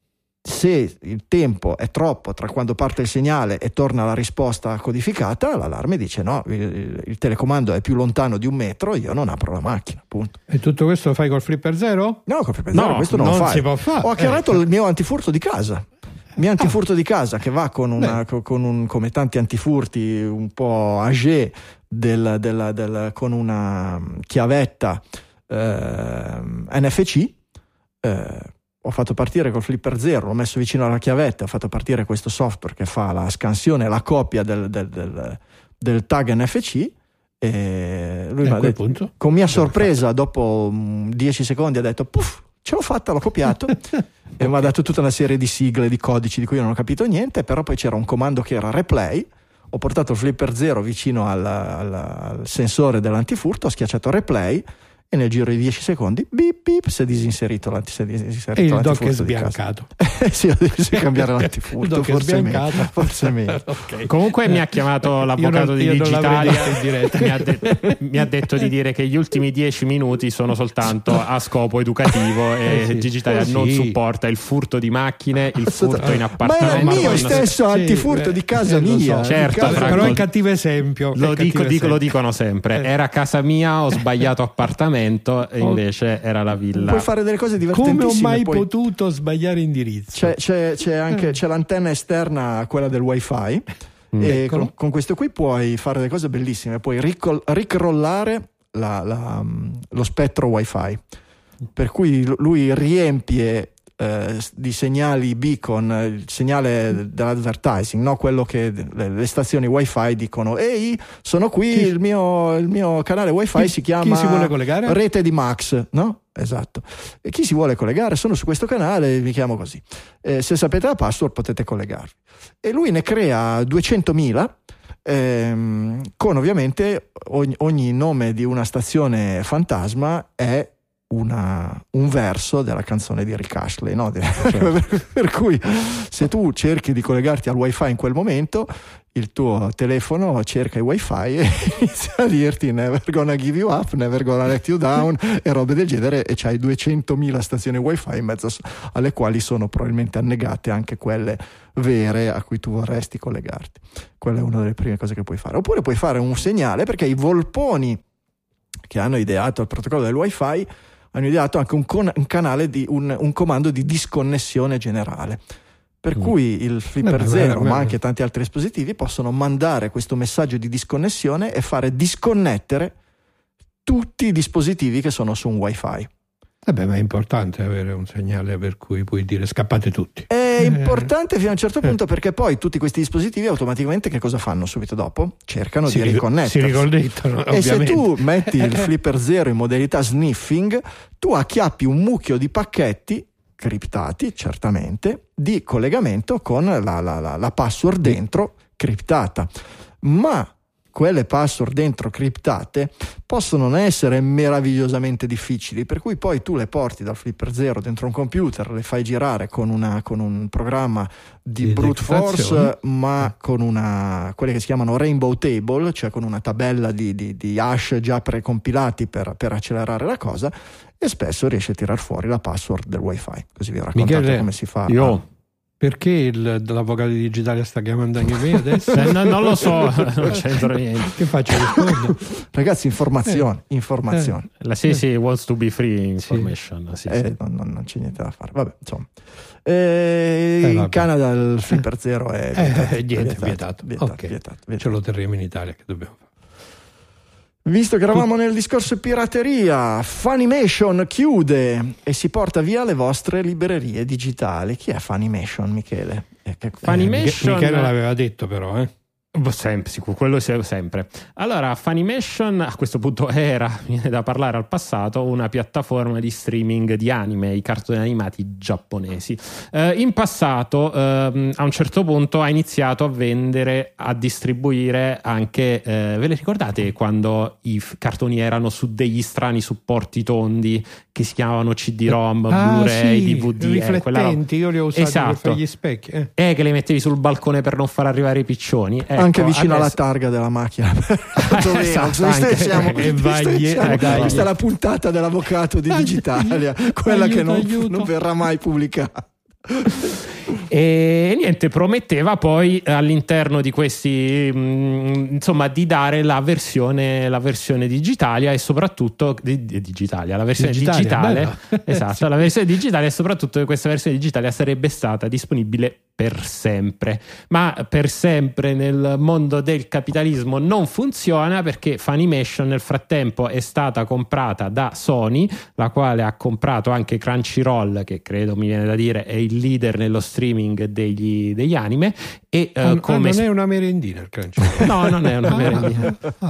se il tempo è troppo tra quando parte il segnale e torna la risposta codificata, l'allarme dice no, il, il telecomando è più lontano di un metro, io non apro la macchina, punto. E tutto questo lo fai col Flipper Zero? No, col Flipper Zero No, questo non, non lo fai. si può fare. Ho chiarato Eh. il mio antifurto di casa. Il mio antifurto di casa che va con, una, co- con un, come tanti antifurti un po' âgé del, del, del, con una chiavetta eh, N F C. Eh, ho fatto partire col Flipper Zero, l'ho messo vicino alla chiavetta, ho fatto partire questo software che fa la scansione e la copia del, del, del, del tag N F C e lui E mi a ha quel detto, punto? con mia sorpresa, dopo dieci secondi ha detto puff, ce l'ho fatta, l'ho copiato e mi ha dato tutta una serie di sigle, di codici di cui io non ho capito niente, però poi c'era un comando che era replay, ho portato il Flipper Zero vicino al, al, al sensore dell'antifurto, ho schiacciato replay e nel giro di dieci secondi bip bip si è disinserito, l'anti, si è disinserito E il dock è l'antifurto di casa. sbiancato. Sì, ho deciso di cambiare Il l'antifurto, dock è forse è sbiancato. meglio, forse è meglio. Ok. Comunque mi ha chiamato l'avvocato Io non- di io non l'avrei Digitalia, detto in diretta. mi ha, de- mi ha detto di dire che gli ultimi dieci minuti sono soltanto a scopo educativo e Eh sì. Digitalia Sì. non supporta il furto di macchine, il furto in Ma appartamento. è il ma mio poi- stesso sì, antifurto beh, di casa eh, lo so. mia. di Certo, casa Franco. Però è cattivo esempio. Lo, è dico, cattivo dico- lo esempio. dicono sempre. Eh. Era casa mia, ho sbagliato appartamento e Oh. invece era la villa. Puoi fare delle cose Come divertentissime. ho mai poi potuto sbagliare indirizzo? c'è, c'è, c'è anche Eh. c'è l'antenna esterna, quella del wifi, Mm. e Eccolo. con, con questo qui puoi fare delle cose bellissime. Puoi ricol- ricrollare la- la- lo spettro wifi, per cui l- lui riempie eh, di segnali beacon il segnale dell'advertising, no? Quello che le, le stazioni wifi dicono ehi sono qui, Chi- il, mio, il mio canale wifi Chi- si chiama chi si vuole collegare? Rete di Max, no? Esatto. E chi si vuole collegare? Sono su questo canale, mi chiamo così. Eh, se sapete la password potete collegarvi. E lui ne crea duecentomila ehm, con ovviamente ogni, ogni nome di una stazione fantasma è una, un verso della canzone di Rick Astley, no? per, per cui se tu cerchi di collegarti al wifi in quel momento, il tuo telefono cerca i wifi e inizia a dirti never gonna give you up, never gonna let you down e robe del genere, e c'hai duecentomila stazioni wifi in mezzo alle quali sono probabilmente annegate anche quelle vere a cui tu vorresti collegarti. Quella è una delle prime cose che puoi fare. Oppure puoi fare un segnale, perché i volponi che hanno ideato il protocollo del wifi hanno ideato anche un, con, un canale di un, un comando di disconnessione generale, per mm. cui il Flipper beh, Zero, beh, beh, ma beh. anche tanti altri dispositivi possono mandare questo messaggio di disconnessione e fare disconnettere tutti i dispositivi che sono su un wifi. Eh beh, ma è importante avere un segnale per cui puoi dire scappate tutti. È importante fino a un certo punto, perché poi tutti questi dispositivi automaticamente che cosa fanno subito dopo? Cercano Si di ri- riconnettersi. si riconnettano, e se ovviamente. tu metti il Flipper Zero in modalità sniffing, tu acchiappi un mucchio di pacchetti criptati, certamente, di collegamento con la, la, la, la password dentro criptata. Ma quelle password dentro criptate possono non essere meravigliosamente difficili, per cui poi tu le porti dal Flipper Zero dentro un computer, le fai girare con, una, con un programma di, Di brute force, decriptazione. ma con una, quelle che si chiamano rainbow table, cioè con una tabella di, di, di hash già precompilati per, per accelerare la cosa, e spesso riesci a tirar fuori la password del wifi. Così vi ho raccontato Michele, come si fa. Io a... Perché il, l'avvocato digitale sta chiamando anche me adesso? Eh, no, non lo so, non c'entra niente. Che faccio? Rispondo? Ragazzi, informazioni, eh. informazioni. La sì, sì, wants to be free information. Sì, Eh, sì. non, non, non c'è niente da fare. Vabbè, insomma. Eh, Eh, in vabbè. Canada il Flipper Zero è vietato, Eh, niente, vietato, vietato. vietato, Ok. vietato, vietato. Ce lo terremo in Italia, che dobbiamo fare? Visto che eravamo nel discorso pirateria, Funimation chiude e si porta via le vostre librerie digitali. Chi è Funimation, Michele? Eh, che- Funimation- Eh, Michele l'aveva detto però, eh. Sempre, sicuro, quello sia sempre. Allora, Funimation a questo punto era, viene da parlare al passato, una piattaforma di streaming di anime, i cartoni animati giapponesi. Eh, in passato, ehm, a un certo punto, ha iniziato a vendere, a distribuire anche, eh, ve le ricordate quando i f- cartoni erano su degli strani supporti tondi che si chiamavano C D-ROM, Ah, Blu-ray, sì, D V D? eh, quella roba. riflettenti, io li ho usati Esatto. per fare gli specchi. Eh. Eh, che le mettevi sul balcone per non far arrivare i piccioni. Ecco, anche vicino alla adesso- targa della macchina. Dove Esatto, visto che anche- siamo- e visto che vai- siamo- eh, dai. questa è la puntata dell'avvocato di Digitalia, quella Aiuto, che non, aiuto. non verrà mai pubblicata. E niente, prometteva poi all'interno di questi, mh, insomma, di dare la versione, la versione digitale e soprattutto di, di digitale, la versione Digitale, digitale, bella. esatto, la versione digitale, e soprattutto che questa versione digitale sarebbe stata disponibile per sempre. Ma per sempre nel mondo del capitalismo non funziona, perché Funimation nel frattempo è stata comprata da Sony, la quale ha comprato anche Crunchyroll, che credo, mi viene da dire, è il leader nello streaming degli, degli anime. E eh, Ah, ah, come non è una merendina il Crunchyroll. no, non è una merendina. Ah,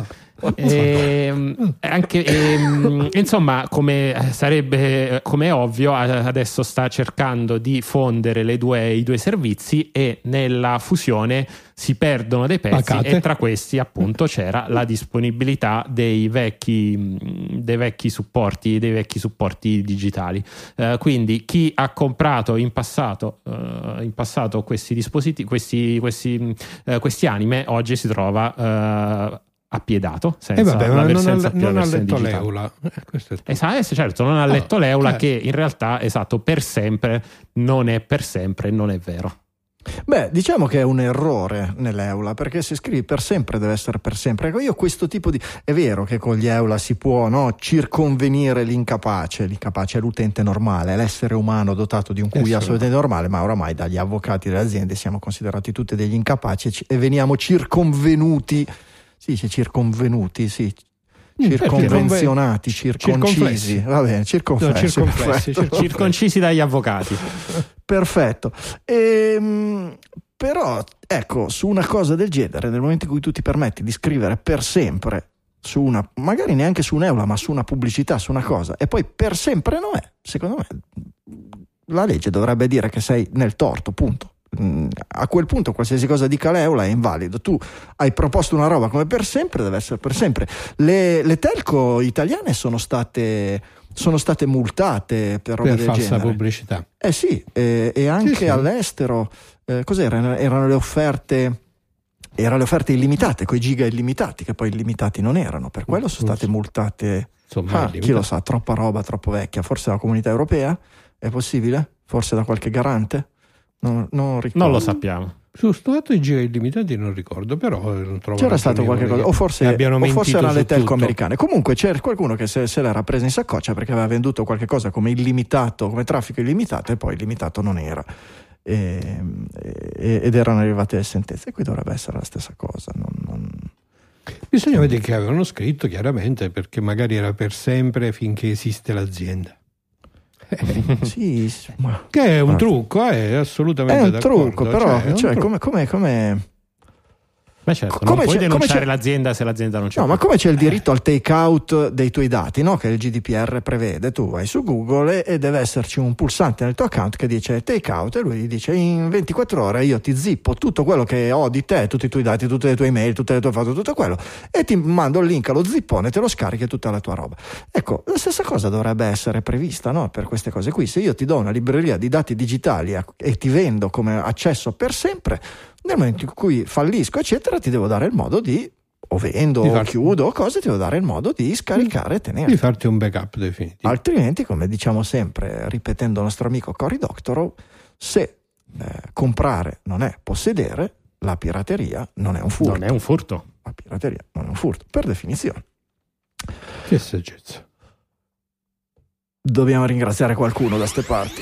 Ehm, anche, ehm, insomma, come sarebbe, come è ovvio, adesso sta cercando di fondere le due, i due servizi, e nella fusione si perdono dei pezzi. Pacate. E tra questi appunto c'era la disponibilità dei vecchi, dei vecchi supporti, dei vecchi supporti digitali. Eh, quindi chi ha comprato in passato, eh, in passato questi dispositivi, questi, questi, eh, questi anime, oggi si trova eh, appiedato, senza E vabbè, la ma ver- non senza ha, più la non ha versione letto digitale. l'Eula. Eh, questo è tutto. Esatto, certo, non ha letto Oh, l'Eula, certo. che in realtà, esatto, per sempre non è per sempre, non è vero. Beh, diciamo che è un errore nell'Eula, perché se scrivi per sempre deve essere per sempre. Ecco, io questo tipo di... È vero che con gli Eula si può, no, circonvenire l'incapace, l'incapace è l'utente normale, è l'essere umano dotato di un Q I Essere assolutamente normale, ma oramai dagli avvocati delle aziende siamo considerati tutti degli incapaci e ci- e veniamo circonvenuti, si dice circonvenuti, sì, Mm, circonvenzionati, perché? circoncisi, Circonflessi. va bene, circonflessi, No, circonflessi, perfetto. circonflessi. Circoncisi dagli avvocati. Perfetto. Ehm, però, ecco, su una cosa del genere, nel momento in cui tu ti permetti di scrivere per sempre su una, magari neanche su un'Eula, ma su una pubblicità, su una cosa, e poi per sempre non è, secondo me la legge dovrebbe dire che sei nel torto, punto. Mm, A quel punto qualsiasi cosa dica l'Eula è invalido. Tu hai proposto una roba come per sempre, deve essere per sempre. Le, le telco italiane sono state sono state multate per roba per del falsa genere. pubblicità. Eh sì, eh, e anche Sì, sì. all'estero, eh, cos'erano? Erano le offerte, erano le offerte illimitate, coi giga illimitati, che poi illimitati non erano, per quello sono state multate. Insomma, Ah, chi lo sa, troppa roba, troppo vecchia, forse la Comunità Europea? È possibile? Forse da qualche garante? Non, non ricordo. Non lo sappiamo. Su sto fatto i giga illimitati non ricordo, però non trovo C'era stato qualche cosa, o forse, o forse erano le telco americane. Comunque c'era qualcuno che se, se l'era presa in saccoccia perché aveva venduto qualche cosa come illimitato, come traffico illimitato, e poi illimitato non era. E, e, ed erano arrivate le sentenze. E qui dovrebbe essere la stessa cosa. Non, non... Bisogna vedere che avevano scritto chiaramente, perché magari era per sempre finché esiste l'azienda. Sì, ma... Che è un ma... trucco, è assolutamente è un d'accordo. trucco, però cioè, cioè, trucco. come, come, come... Beh, certo, Come non puoi c'è- denunciare come c'è- l'azienda se l'azienda non c'è No, più. ma come c'è il diritto al take out dei tuoi dati, no? Che il G D P R prevede, tu vai su Google e, e deve esserci un pulsante nel tuo account che dice take out, e lui gli dice in ventiquattro ore io ti zippo tutto quello che ho di te, tutti i tuoi dati, tutte le tue email, tutte le tue foto, tutto quello, e ti mando il link allo zippone, te lo scarichi e tutta la tua roba. Ecco, la stessa cosa dovrebbe essere prevista, no? Per queste cose qui. Se io ti do una libreria di dati digitali a- e ti vendo come accesso per sempre, nel momento in cui fallisco eccetera ti devo dare il modo di, o vendo Di o farti- chiudo o cose, ti devo dare il modo di scaricare e tenere. Di farti un backup definitivo. Altrimenti, come diciamo sempre ripetendo il nostro amico Cory Doctorow, se eh, comprare non è possedere, la pirateria non è un furto. Non è un furto. La pirateria non è un furto, per definizione. Che saggezza. Dobbiamo ringraziare qualcuno da ste parti.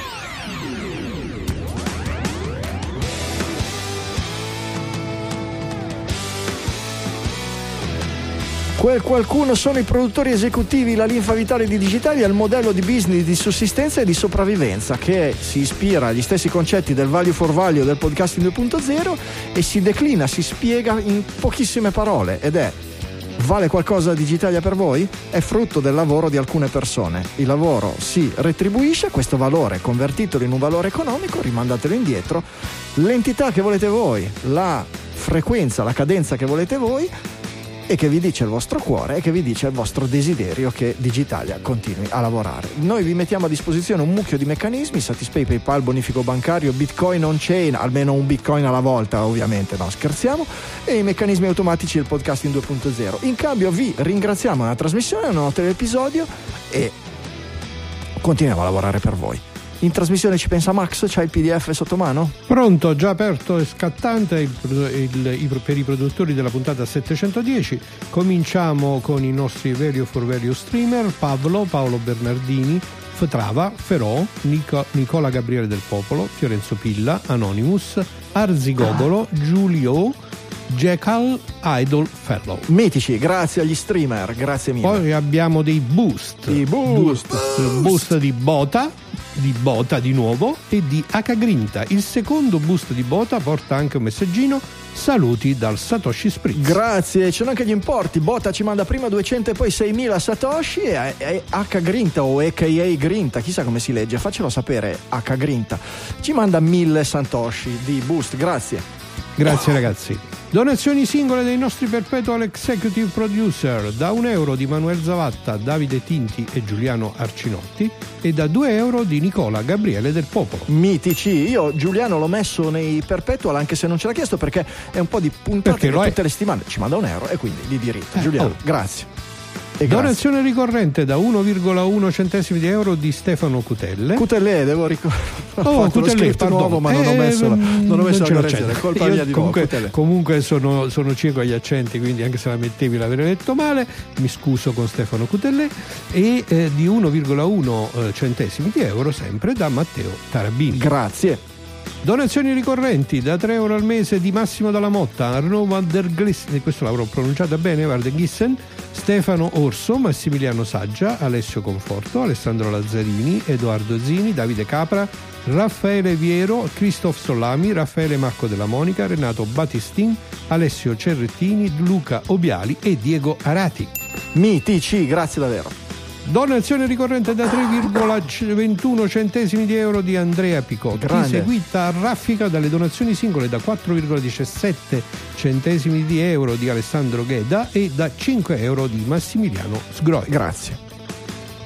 Quel qualcuno sono i produttori esecutivi, la linfa vitale di Digitalia, il modello di business di sussistenza e di sopravvivenza che si ispira agli stessi concetti del value for value del podcasting due punto zero e si declina, si spiega in pochissime parole, ed è: vale qualcosa Digitalia per voi? È frutto del lavoro di alcune persone. Il lavoro si retribuisce, questo valore convertitelo in un valore economico, rimandatelo indietro. L'entità che volete voi, la frequenza, la cadenza che volete voi, e che vi dice il vostro cuore e che vi dice il vostro desiderio che Digitalia continui a lavorare. Noi vi mettiamo a disposizione un mucchio di meccanismi: Satispay, PayPal, bonifico bancario, Bitcoin on-chain, almeno un Bitcoin alla volta, ovviamente, no, scherziamo, e i meccanismi automatici del podcasting due punto zero. In cambio vi ringraziamo nella trasmissione, nella nota dell'episodio, e continuiamo a lavorare per voi. In trasmissione ci pensa Max, c'ha il P D F sotto mano? Pronto, già aperto e scattante il, il, il, per i produttori della puntata settecentodieci. Cominciamo con i nostri value for value streamer: Pavlo, Paolo Bernardini, Ftrava, Ferò, Nico, Nicola Gabriele del Popolo, Fiorenzo Pilla, Anonymous, Arzigogolo, Giulio, Jackal, Idol Fellow. Mitici, grazie agli streamer, grazie mille. Poi abbiamo dei boost. I boost. Boost, boost di Bota, di Bota di nuovo, e di H Grinta. Il secondo boost di Bota porta anche un messaggino: saluti dal Satoshi Spritz. Grazie, ci sono anche gli importi. Bota ci manda prima duecento e poi seimila Satoshi, e, e H Grinta o A K A Grinta, chissà come si legge, faccelo sapere. H Grinta ci manda mille Satoshi di boost, grazie. Grazie ragazzi. Donazioni singole dei nostri perpetual executive producer: da un euro di Manuel Zavatta, Davide Tinti e Giuliano Arcinotti, e da due euro di Nicola Gabriele del Popolo. Mitici, io Giuliano l'ho messo nei perpetual anche se non ce l'ha chiesto, perché è un po' di puntate Perché che lo è. tutte le settimane ci manda un euro, e quindi di diritto. Eh, Giuliano, oh. grazie. E grazie. Donazione ricorrente da uno virgola uno centesimi di euro di Stefano Cutelle. Cutellè, devo ricordare. Oh, Cutellè, nuovo, ma non ho messo la, non ho messo la ce l'ho correzione, c'è. colpa Io mia di comunque, nuovo. Cutellè. comunque sono, sono cieco agli accenti, quindi anche se la mettevi l'avrei letto male, mi scuso con Stefano Cutellè. E eh, di uno virgola uno eh, centesimi di euro sempre da Matteo Tarabini. Grazie. Donazioni ricorrenti da tre euro al mese di Massimo Dalla Motta, Arnaud van der Glissen, questo l'avrò pronunciata bene, van der Glissen, Stefano Orso, Massimiliano Saggia, Alessio Conforto, Alessandro Lazzarini, Edoardo Zini, Davide Capra, Raffaele Viero, Christoph Solami, Raffaele Marco della Monica, Renato Battistin, Alessio Cerrettini, Luca Obiali e Diego Arati. Mitici, grazie davvero. Donazione ricorrente da tre virgola ventuno centesimi di euro di Andrea Picotti, Grande. seguita a raffica dalle donazioni singole da quattro virgola diciassette centesimi di euro di Alessandro Gheda e da cinque euro di Massimiliano Sgroi. Grazie.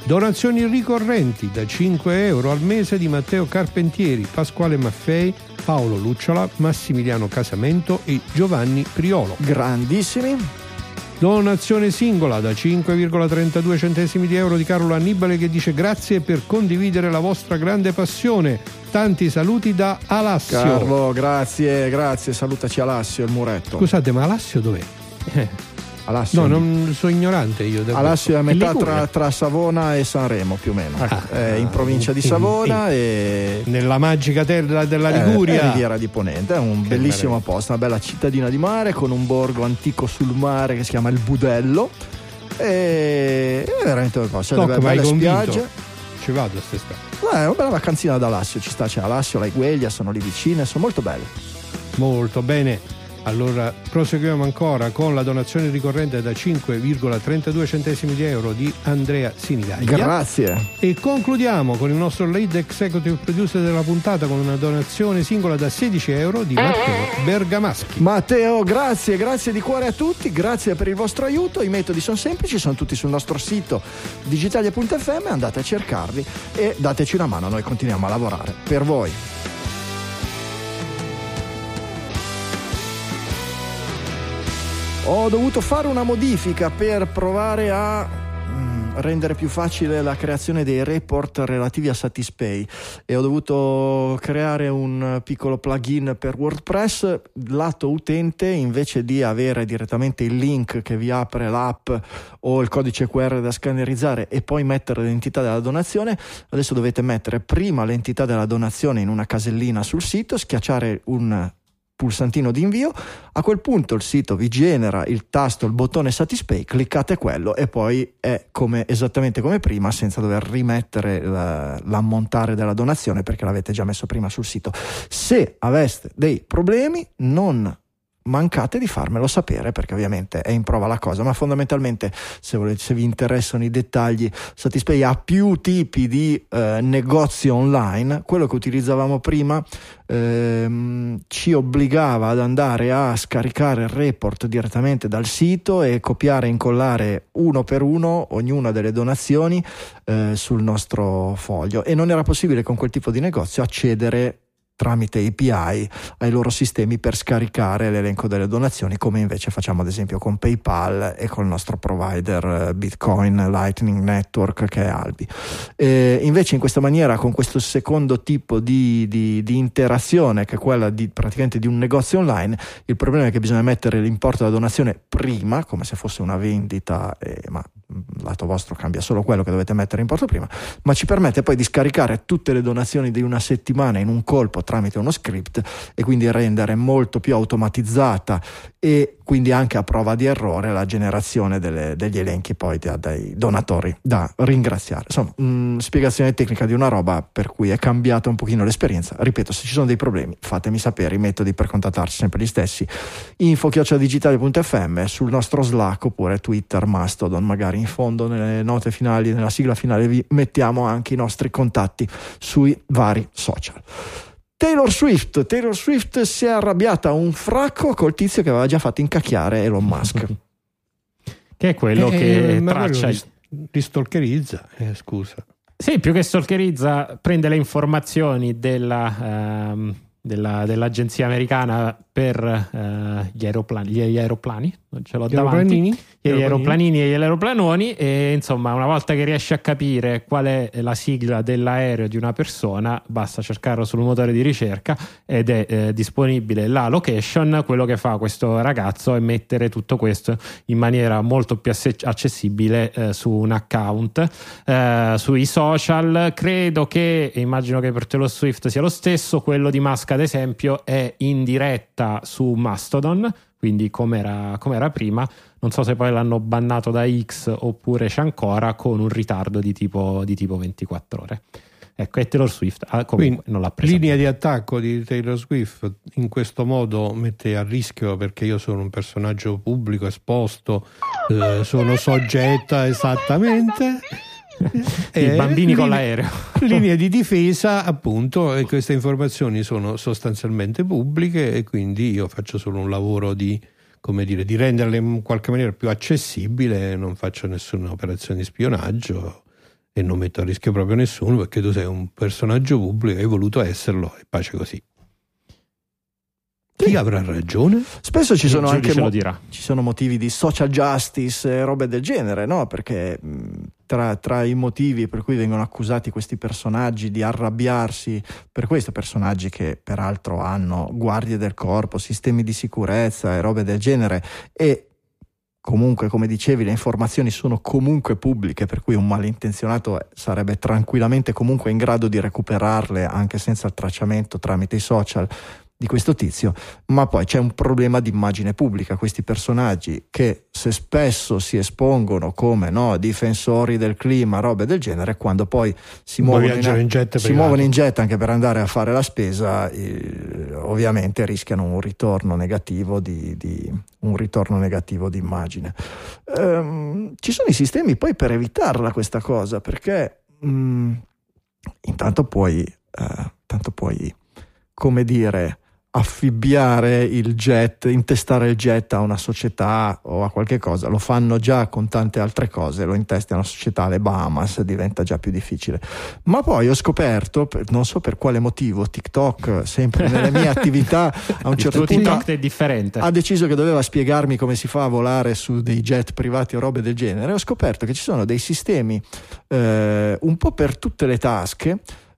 Donazioni ricorrenti da cinque euro al mese di Matteo Carpentieri, Pasquale Maffei, Paolo Lucciola, Massimiliano Casamento e Giovanni Priolo. Grandissimi. Donazione singola da cinque virgola trentadue centesimi di euro di Carlo Annibale, che dice: grazie per condividere la vostra grande passione. Tanti saluti da Alassio. Carlo, grazie, grazie. Salutaci Alassio, il muretto. Scusate, ma Alassio dov'è? Eh. Alassio, no, non sono ignorante io. Alassio è a metà tra, tra Savona e Sanremo, più o meno. Ah, è in provincia di Savona in, e nella magica terra della Liguria, è Riviera di Ponente. È un che bellissimo meraviglia. Posto, una bella cittadina di mare con un borgo antico sul mare che si chiama il Budello. E è veramente un posto. C'è delle belle spiagge. Ci vado quest'estate. Beh, è una bella vacanzina ad Alassio, ci sta, c'è Alassio, la Igueglia, sono lì vicine, sono molto belle. Molto bene. Allora proseguiamo ancora con la donazione ricorrente da cinque virgola trentadue centesimi di euro di Andrea Sinigaglia. Grazie. E concludiamo con il nostro lead executive producer della puntata con una donazione singola da sedici euro di Matteo Bergamaschi. Matteo, grazie, grazie di cuore a tutti, grazie per il vostro aiuto. I metodi sono semplici, sono tutti sul nostro sito digitalia punto effe emme, andate a cercarli e dateci una mano, noi continuiamo a lavorare per voi. Ho dovuto fare una modifica per provare a mm, rendere più facile la creazione dei report relativi a Satispay e ho dovuto creare un piccolo plugin per WordPress. Lato utente, invece di avere direttamente il link che vi apre l'app o il codice Q R da scannerizzare e poi mettere l'entità della donazione, adesso dovete mettere prima l'entità della donazione in una casellina sul sito, schiacciare un pulsantino di invio, a quel punto il sito vi genera il tasto, il bottone Satispay, cliccate quello e poi è come esattamente come prima, senza dover rimettere la, l'ammontare della donazione perché l'avete già messo prima sul sito. Se aveste dei problemi non mancate di farmelo sapere, perché ovviamente è in prova la cosa, ma fondamentalmente se, volete, se vi interessano i dettagli, Satispay ha più tipi di eh, negozi online. Quello che utilizzavamo prima ehm, ci obbligava ad andare a scaricare il report direttamente dal sito e copiare e incollare uno per uno ognuna delle donazioni eh, sul nostro foglio, e non era possibile con quel tipo di negozio accedere tramite A P I ai loro sistemi per scaricare l'elenco delle donazioni, come invece facciamo ad esempio con PayPal e con il nostro provider Bitcoin Lightning Network che è Albi. E invece in questa maniera, con questo secondo tipo di, di, di interazione, che è quella di praticamente di un negozio online, il problema è che bisogna mettere l'importo della donazione prima, come se fosse una vendita, eh, ma lato vostro cambia solo quello che dovete mettere l'importo prima, ma ci permette poi di scaricare tutte le donazioni di una settimana in un colpo tramite uno script e quindi rendere molto più automatizzata e quindi anche a prova di errore la generazione delle, degli elenchi poi da, dai donatori da ringraziare. Insomma, mh, spiegazione tecnica di una roba per cui è cambiata un pochino l'esperienza. Ripeto, se ci sono dei problemi fatemi sapere, i metodi per contattarci sempre gli stessi: info chiocciola digitale punto effe emme, sul nostro Slack oppure Twitter, Mastodon. Magari in fondo nelle note finali, nella sigla finale vi mettiamo anche i nostri contatti sui vari social. Taylor Swift, Taylor Swift si è arrabbiata un fracco col tizio che aveva già fatto incacchiare Elon Musk. Che è quello eh, che traccia li, li stalkerizza, eh, scusa. Sì, più che stalkerizza, prende le informazioni della, ehm, della, dell'agenzia americana per eh, gli aeroplani, gli aeroplani, non ce l'ho gli davanti. Aeroplanini? Gli aeroplanini e gli aeroplanoni, e insomma una volta che riesci a capire qual è la sigla dell'aereo di una persona basta cercarlo sul motore di ricerca ed è eh, disponibile la location. Quello che fa questo ragazzo è mettere tutto questo in maniera molto più accessibile eh, su un account eh, sui social. Credo che, immagino che per Taylor Swift sia lo stesso, quello di Musk ad esempio è in diretta su Mastodon, quindi come era, come era prima. Non so se poi l'hanno bannato da X oppure c'è ancora con un ritardo di tipo, di tipo ventiquattro ore. Ecco, e Taylor Swift ah, comunque non l'ha presa. Linea di attacco di Taylor Swift in questo modo mette a rischio, perché io sono un personaggio pubblico esposto, eh, sono soggetta esattamente i bambini linea, con l'aereo. Linea di difesa, appunto, e queste informazioni sono sostanzialmente pubbliche e quindi io faccio solo un lavoro di, come dire, di renderle in qualche maniera più accessibile, non faccio nessuna operazione di spionaggio e non metto a rischio proprio nessuno, perché tu sei un personaggio pubblico, hai voluto esserlo e pace così. Chi avrà ragione? Spesso ci sono anche mo- dirà. ci sono motivi di social justice e robe del genere, no? Perché mh, tra, tra i motivi per cui vengono accusati questi personaggi di arrabbiarsi per questo, personaggi che peraltro hanno guardie del corpo, sistemi di sicurezza e robe del genere, e comunque, come dicevi, le informazioni sono comunque pubbliche, per cui un malintenzionato sarebbe tranquillamente comunque in grado di recuperarle anche senza il tracciamento tramite i social di questo tizio. Ma poi c'è un problema di immagine pubblica. Questi personaggi, che se spesso si espongono come no, difensori del clima, robe del genere, quando poi si, muovono in, in, jet si muovono in jet anche per andare a fare la spesa, eh, ovviamente rischiano un ritorno negativo di, di un ritorno negativo di immagine. Ehm, ci sono i sistemi poi per evitarla questa cosa, perché mh, intanto puoi eh, tanto puoi come dire affibbiare il jet, intestare il jet a una società o a qualche cosa. Lo fanno già con tante altre cose, lo intesti a una società, alle Bahamas, diventa già più difficile. Ma poi ho scoperto, non so per quale motivo, TikTok, sempre nelle mie attività, a un certo punto TikTok è differente, ha deciso che doveva spiegarmi come si fa a volare su dei jet privati o robe del genere. Ho scoperto che ci sono dei sistemi eh, un po' per tutte le tasche,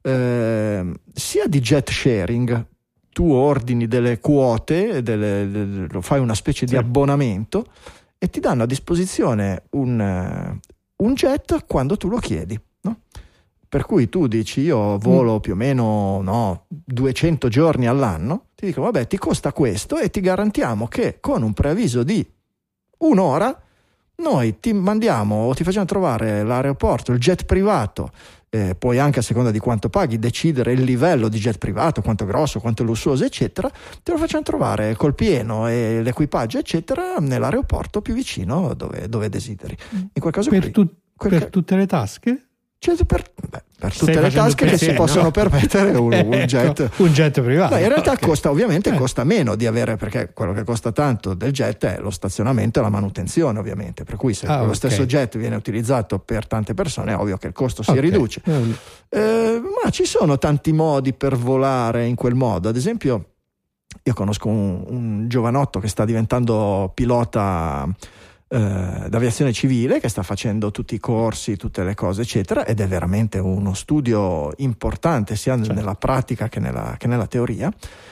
eh, sia di jet sharing. Tu ordini delle quote, delle, delle, lo fai una specie sì. di abbonamento e ti danno a disposizione un, un jet quando tu lo chiedi, no? Per cui tu dici io volo mm. più o meno no, duecento giorni all'anno, ti dicono vabbè ti costa questo e ti garantiamo che con un preavviso di un'ora noi ti mandiamo o ti facciamo trovare l'aeroporto, il jet privato. Eh, puoi anche a seconda di quanto paghi decidere il livello di jet privato, quanto grosso, quanto lussuoso eccetera, te lo facciamo trovare col pieno e l'equipaggio eccetera nell'aeroporto più vicino dove, dove desideri. In quel caso per, qui, tu, quel per ca- tutte le tasche? Cioè, per, beh, per tutte le tasche che si possono no? permettere un, un jet ecco, un jet privato. Beh, in realtà okay. costa ovviamente eh. costa meno di avere, perché quello che costa tanto del jet è lo stazionamento e la manutenzione ovviamente, per cui se ah, lo okay. stesso jet viene utilizzato per tante persone è ovvio che il costo si okay. riduce. mm. eh, ma ci sono tanti modi per volare in quel modo. Ad esempio io conosco un, un giovanotto che sta diventando pilota Uh, d'aviazione civile, che sta facendo tutti i corsi, tutte le cose eccetera, ed è veramente uno studio importante sia certo. nella pratica che nella, che nella teoria,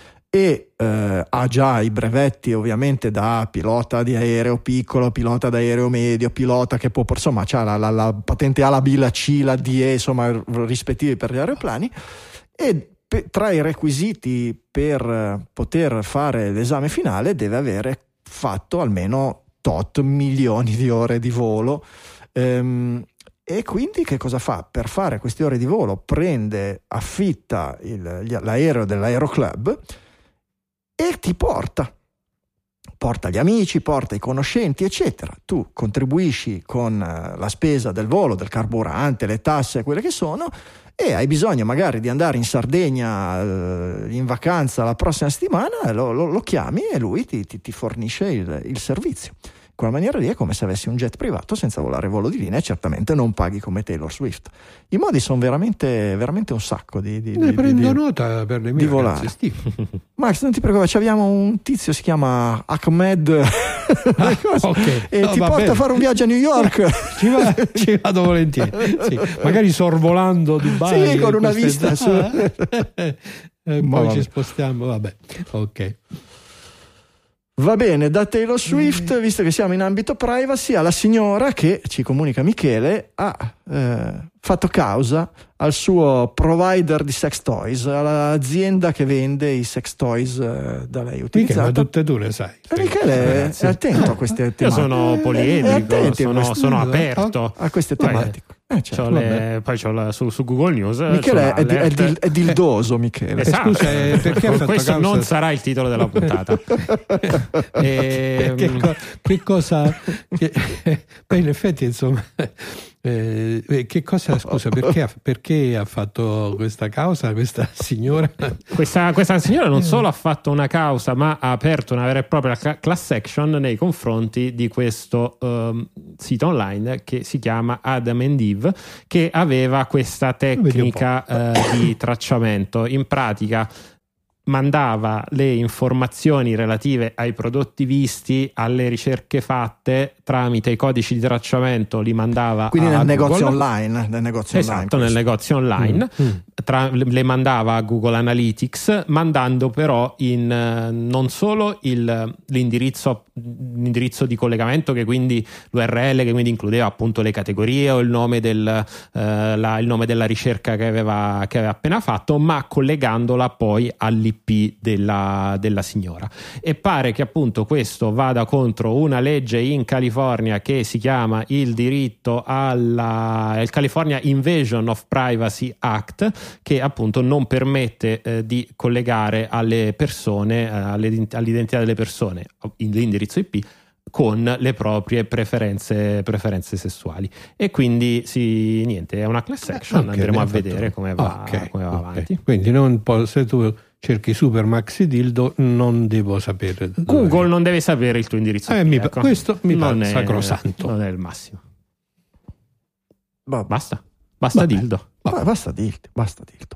e uh, ha già i brevetti ovviamente da pilota di aereo piccolo, pilota d'aereo medio, pilota che può, insomma c'ha la, la, la patente A, la B, la C, la D E, insomma rispettivi per gli aeroplani, e pe- tra i requisiti per poter fare l'esame finale deve avere fatto almeno tot milioni di ore di volo, ehm, e quindi che cosa fa? Per fare queste ore di volo prende, affitta il, l'aereo dell'aeroclub e ti porta porta gli amici, porta i conoscenti eccetera. Tu contribuisci con la spesa del volo, del carburante, le tasse, quelle che sono, e hai bisogno magari di andare in Sardegna eh, in vacanza la prossima settimana, lo, lo, lo chiami e lui ti, ti, ti fornisce il, il servizio. In quella maniera lì è come se avessi un jet privato senza volare volo di linea, e certamente non paghi come Taylor Swift. I modi sono veramente, veramente un sacco di, di, ne di, prendo di, nota per le mie di volare. Max, non ti preoccupare, abbiamo un tizio, si chiama Ahmed ah, okay. e no, ti porta bene. A fare un viaggio a New York. ci, va, ci vado volentieri, sì. Magari sorvolando Dubai, sì, con una vista su... e poi vabbè. Ci spostiamo, vabbè, ok. Va bene, da Taylor Swift, visto che siamo in ambito privacy, alla signora che ci comunica Michele ha eh, fatto causa al suo provider di sex toys, all'azienda che vende i sex toys eh, da lei utilizzati. Ma tutte tu le sai. E Michele è, è attento a queste tematiche. Io sono poliedrico, sono, sono aperto a queste tematiche. Eh, certo, c'ho le, poi c'ho la, su, su Google News Michele è, è, è, è dildoso Michele. Esatto. Scusa, eh, perché ha fatto questo causa... non sarà il titolo della puntata. e, che, che cosa che, beh, in effetti insomma Eh, che cosa, scusa, perché ha, perché ha fatto questa causa questa signora? Questa, questa signora non solo ha fatto una causa, ma ha aperto una vera e propria class action nei confronti di questo um, sito online che si chiama Adam and Eve, che aveva questa tecnica uh, di tracciamento. In pratica mandava le informazioni relative ai prodotti visti, alle ricerche fatte tramite i codici di tracciamento, li mandava quindi a nel Google. negozio online nel negozio esatto online, nel negozio online mm, mm. Tra, le mandava a Google Analytics, mandando però in non solo il, l'indirizzo l'indirizzo di collegamento, che quindi l'U R L, che quindi includeva appunto le categorie o il nome del eh, la, il nome della ricerca che aveva che aveva appena fatto, ma collegandola poi all'I P della, della signora. E pare che appunto questo vada contro una legge in California che si chiama il diritto alla il California Invasion of Privacy Act, che appunto non permette eh, di collegare alle persone, eh, alle, all'identità delle persone, l'indirizzo I P con le proprie preferenze preferenze sessuali. E quindi sì, niente, è una class action, okay, andremo a vedere come va, okay, come va okay. avanti. Quindi non può, se tu cerchi Super Maxi Dildo non devo sapere Google dove... non deve sapere il tuo indirizzo eh, I P, mi, ecco. questo mi non pare è sacrosanto, non è il massimo. Vabbè. Basta basta Vabbè. dildo Vabbè, basta dildo basta dildo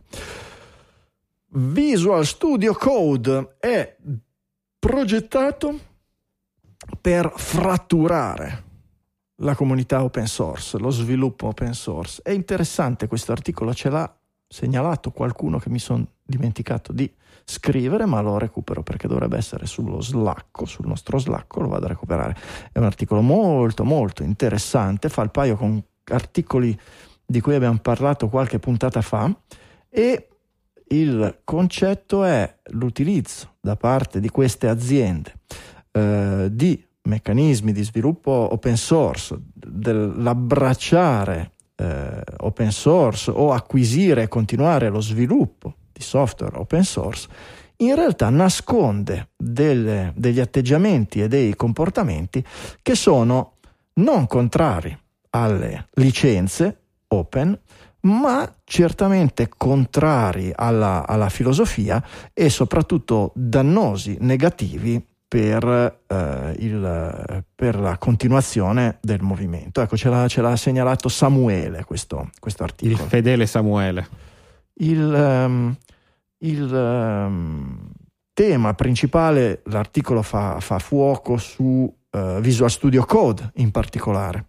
Visual Studio Code è progettato per fratturare la comunità open source, lo sviluppo open source. È interessante questo articolo, ce l'ha segnalato qualcuno che mi sono dimenticato di scrivere, ma lo recupero perché dovrebbe essere sullo Slack, sul nostro Slack, lo vado a recuperare. È un articolo molto molto interessante, fa il paio con articoli di cui abbiamo parlato qualche puntata fa, e il concetto è l'utilizzo da parte di queste aziende eh, di meccanismi di sviluppo open source, dell'abbracciare eh, open source o acquisire e continuare lo sviluppo di software open source, in realtà nasconde delle, degli atteggiamenti e dei comportamenti che sono non contrari alle licenze open, ma certamente contrari alla, alla filosofia e soprattutto dannosi, negativi per, eh, il, per la continuazione del movimento. Ecco, ce l'ha, ce l'ha segnalato Samuele questo, questo articolo. Il fedele Samuele. Il, um, il um, tema principale, l'articolo fa, fa fuoco su uh, Visual Studio Code in particolare.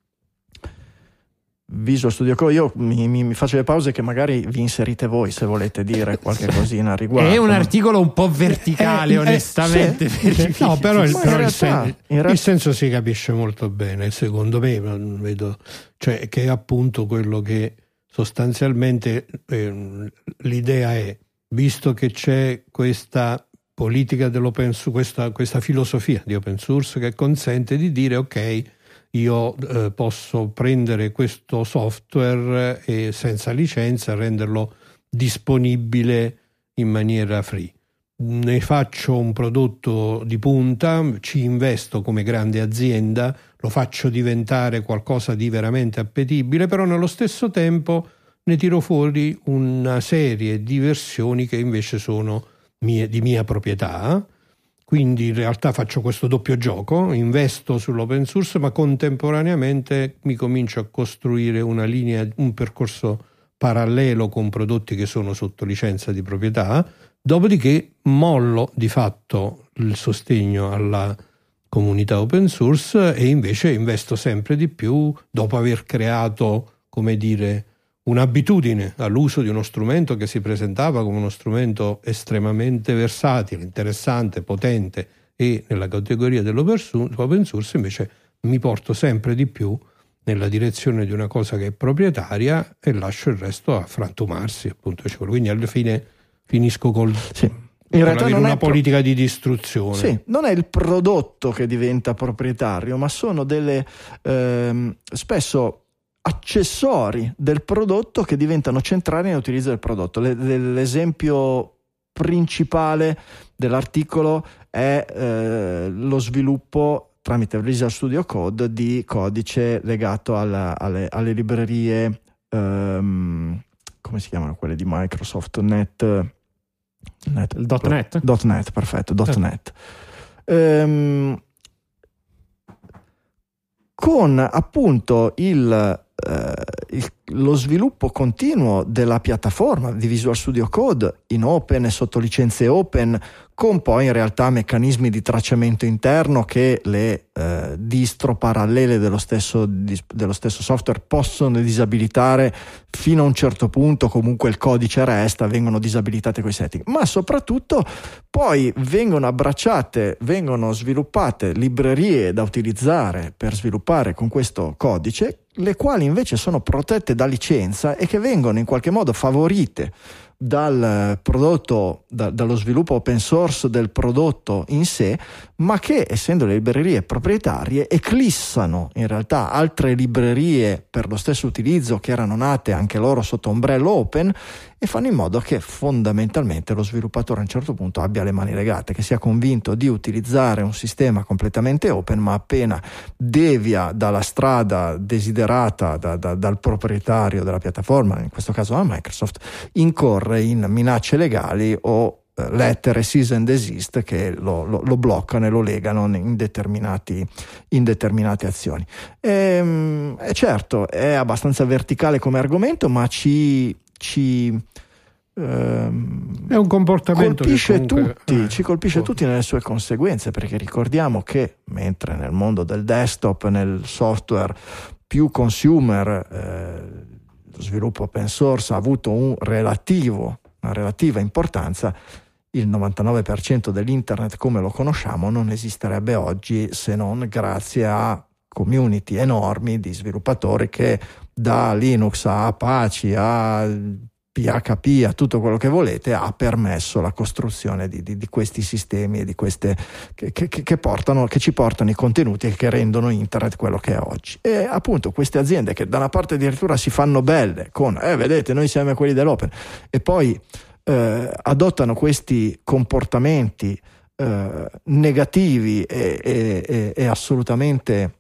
Visual Studio Code, io mi, mi, mi faccio le pause che magari vi inserite voi se volete dire qualche cosina al riguardo. È un articolo un po' verticale, eh, eh, onestamente. Eh, sì. No, però, il, però realtà, il, sen- realtà... il senso si capisce molto bene, secondo me, vedo, cioè che è appunto quello che sostanzialmente eh, l'idea è, visto che c'è questa politica dell'open source, questa, questa filosofia di open source che consente di dire ok, io eh, posso prendere questo software e senza licenza renderlo disponibile in maniera free. Ne faccio un prodotto di punta, ci investo come grande azienda, lo faccio diventare qualcosa di veramente appetibile, però nello stesso tempo ne tiro fuori una serie di versioni che invece sono mie, di mia proprietà. Quindi in realtà faccio questo doppio gioco, investo sull'open source, ma contemporaneamente mi comincio a costruire una linea, un percorso parallelo con prodotti che sono sotto licenza di proprietà, dopodiché mollo di fatto il sostegno alla comunità open source e invece investo sempre di più dopo aver creato, come dire, un'abitudine all'uso di uno strumento che si presentava come uno strumento estremamente versatile, interessante, potente e nella categoria dell'open source invece mi porto sempre di più nella direzione di una cosa che è proprietaria e lascio il resto a frantumarsi, appunto. Quindi alla fine finisco col... Sì. In realtà non una è politica pro... di distruzione. Sì, non è il prodotto che diventa proprietario, ma sono delle ehm, spesso accessori del prodotto che diventano centrali nell'utilizzo del prodotto. L'esempio principale dell'articolo è eh, lo sviluppo tramite Visual Studio Code di codice legato alla, alle, alle librerie, um, come si chiamano quelle di Microsoft? Net, net il .NET? .NET, perfetto, .NET. Um, con appunto il, eh, il, lo sviluppo continuo della piattaforma di Visual Studio Code in open e sotto licenze open, con poi in realtà meccanismi di tracciamento interno che le eh, distro parallele dello stesso, di, dello stesso software possono disabilitare fino a un certo punto. Comunque il codice resta, vengono disabilitate quei setting, ma soprattutto poi vengono abbracciate, vengono sviluppate librerie da utilizzare per sviluppare con questo codice, le quali invece sono protette da licenza e che vengono in qualche modo favorite dal prodotto, da, dallo sviluppo open source del prodotto in sé, ma che, essendo le librerie proprietarie, eclissano in realtà altre librerie per lo stesso utilizzo che erano nate anche loro sotto ombrello open, e fanno in modo che fondamentalmente lo sviluppatore a un certo punto abbia le mani legate, che sia convinto di utilizzare un sistema completamente open, ma appena devia dalla strada desiderata da, da, dal proprietario della piattaforma, in questo caso la Microsoft, incorre in minacce legali o eh, lettere cease and desist che lo, lo, lo bloccano e lo legano in determinati in determinate azioni. E, e certo, è abbastanza verticale come argomento, ma ci ci ehm, è un comportamento colpisce che comunque, tutti, eh, ci colpisce oh. tutti nelle sue conseguenze, perché ricordiamo che mentre nel mondo del desktop, nel software più consumer, eh, lo sviluppo open source ha avuto un relativo, una relativa importanza, il novantanove per cento dell'internet come lo conosciamo non esisterebbe oggi se non grazie a community enormi di sviluppatori che da Linux a Apache a P H P a tutto quello che volete ha permesso la costruzione di, di, di questi sistemi e di queste che, che, che portano, che ci portano i contenuti e che rendono internet quello che è oggi. E appunto queste aziende che da una parte addirittura si fanno belle con eh vedete noi siamo quelli dell'open, e poi eh, adottano questi comportamenti eh, negativi e, e, e, e assolutamente,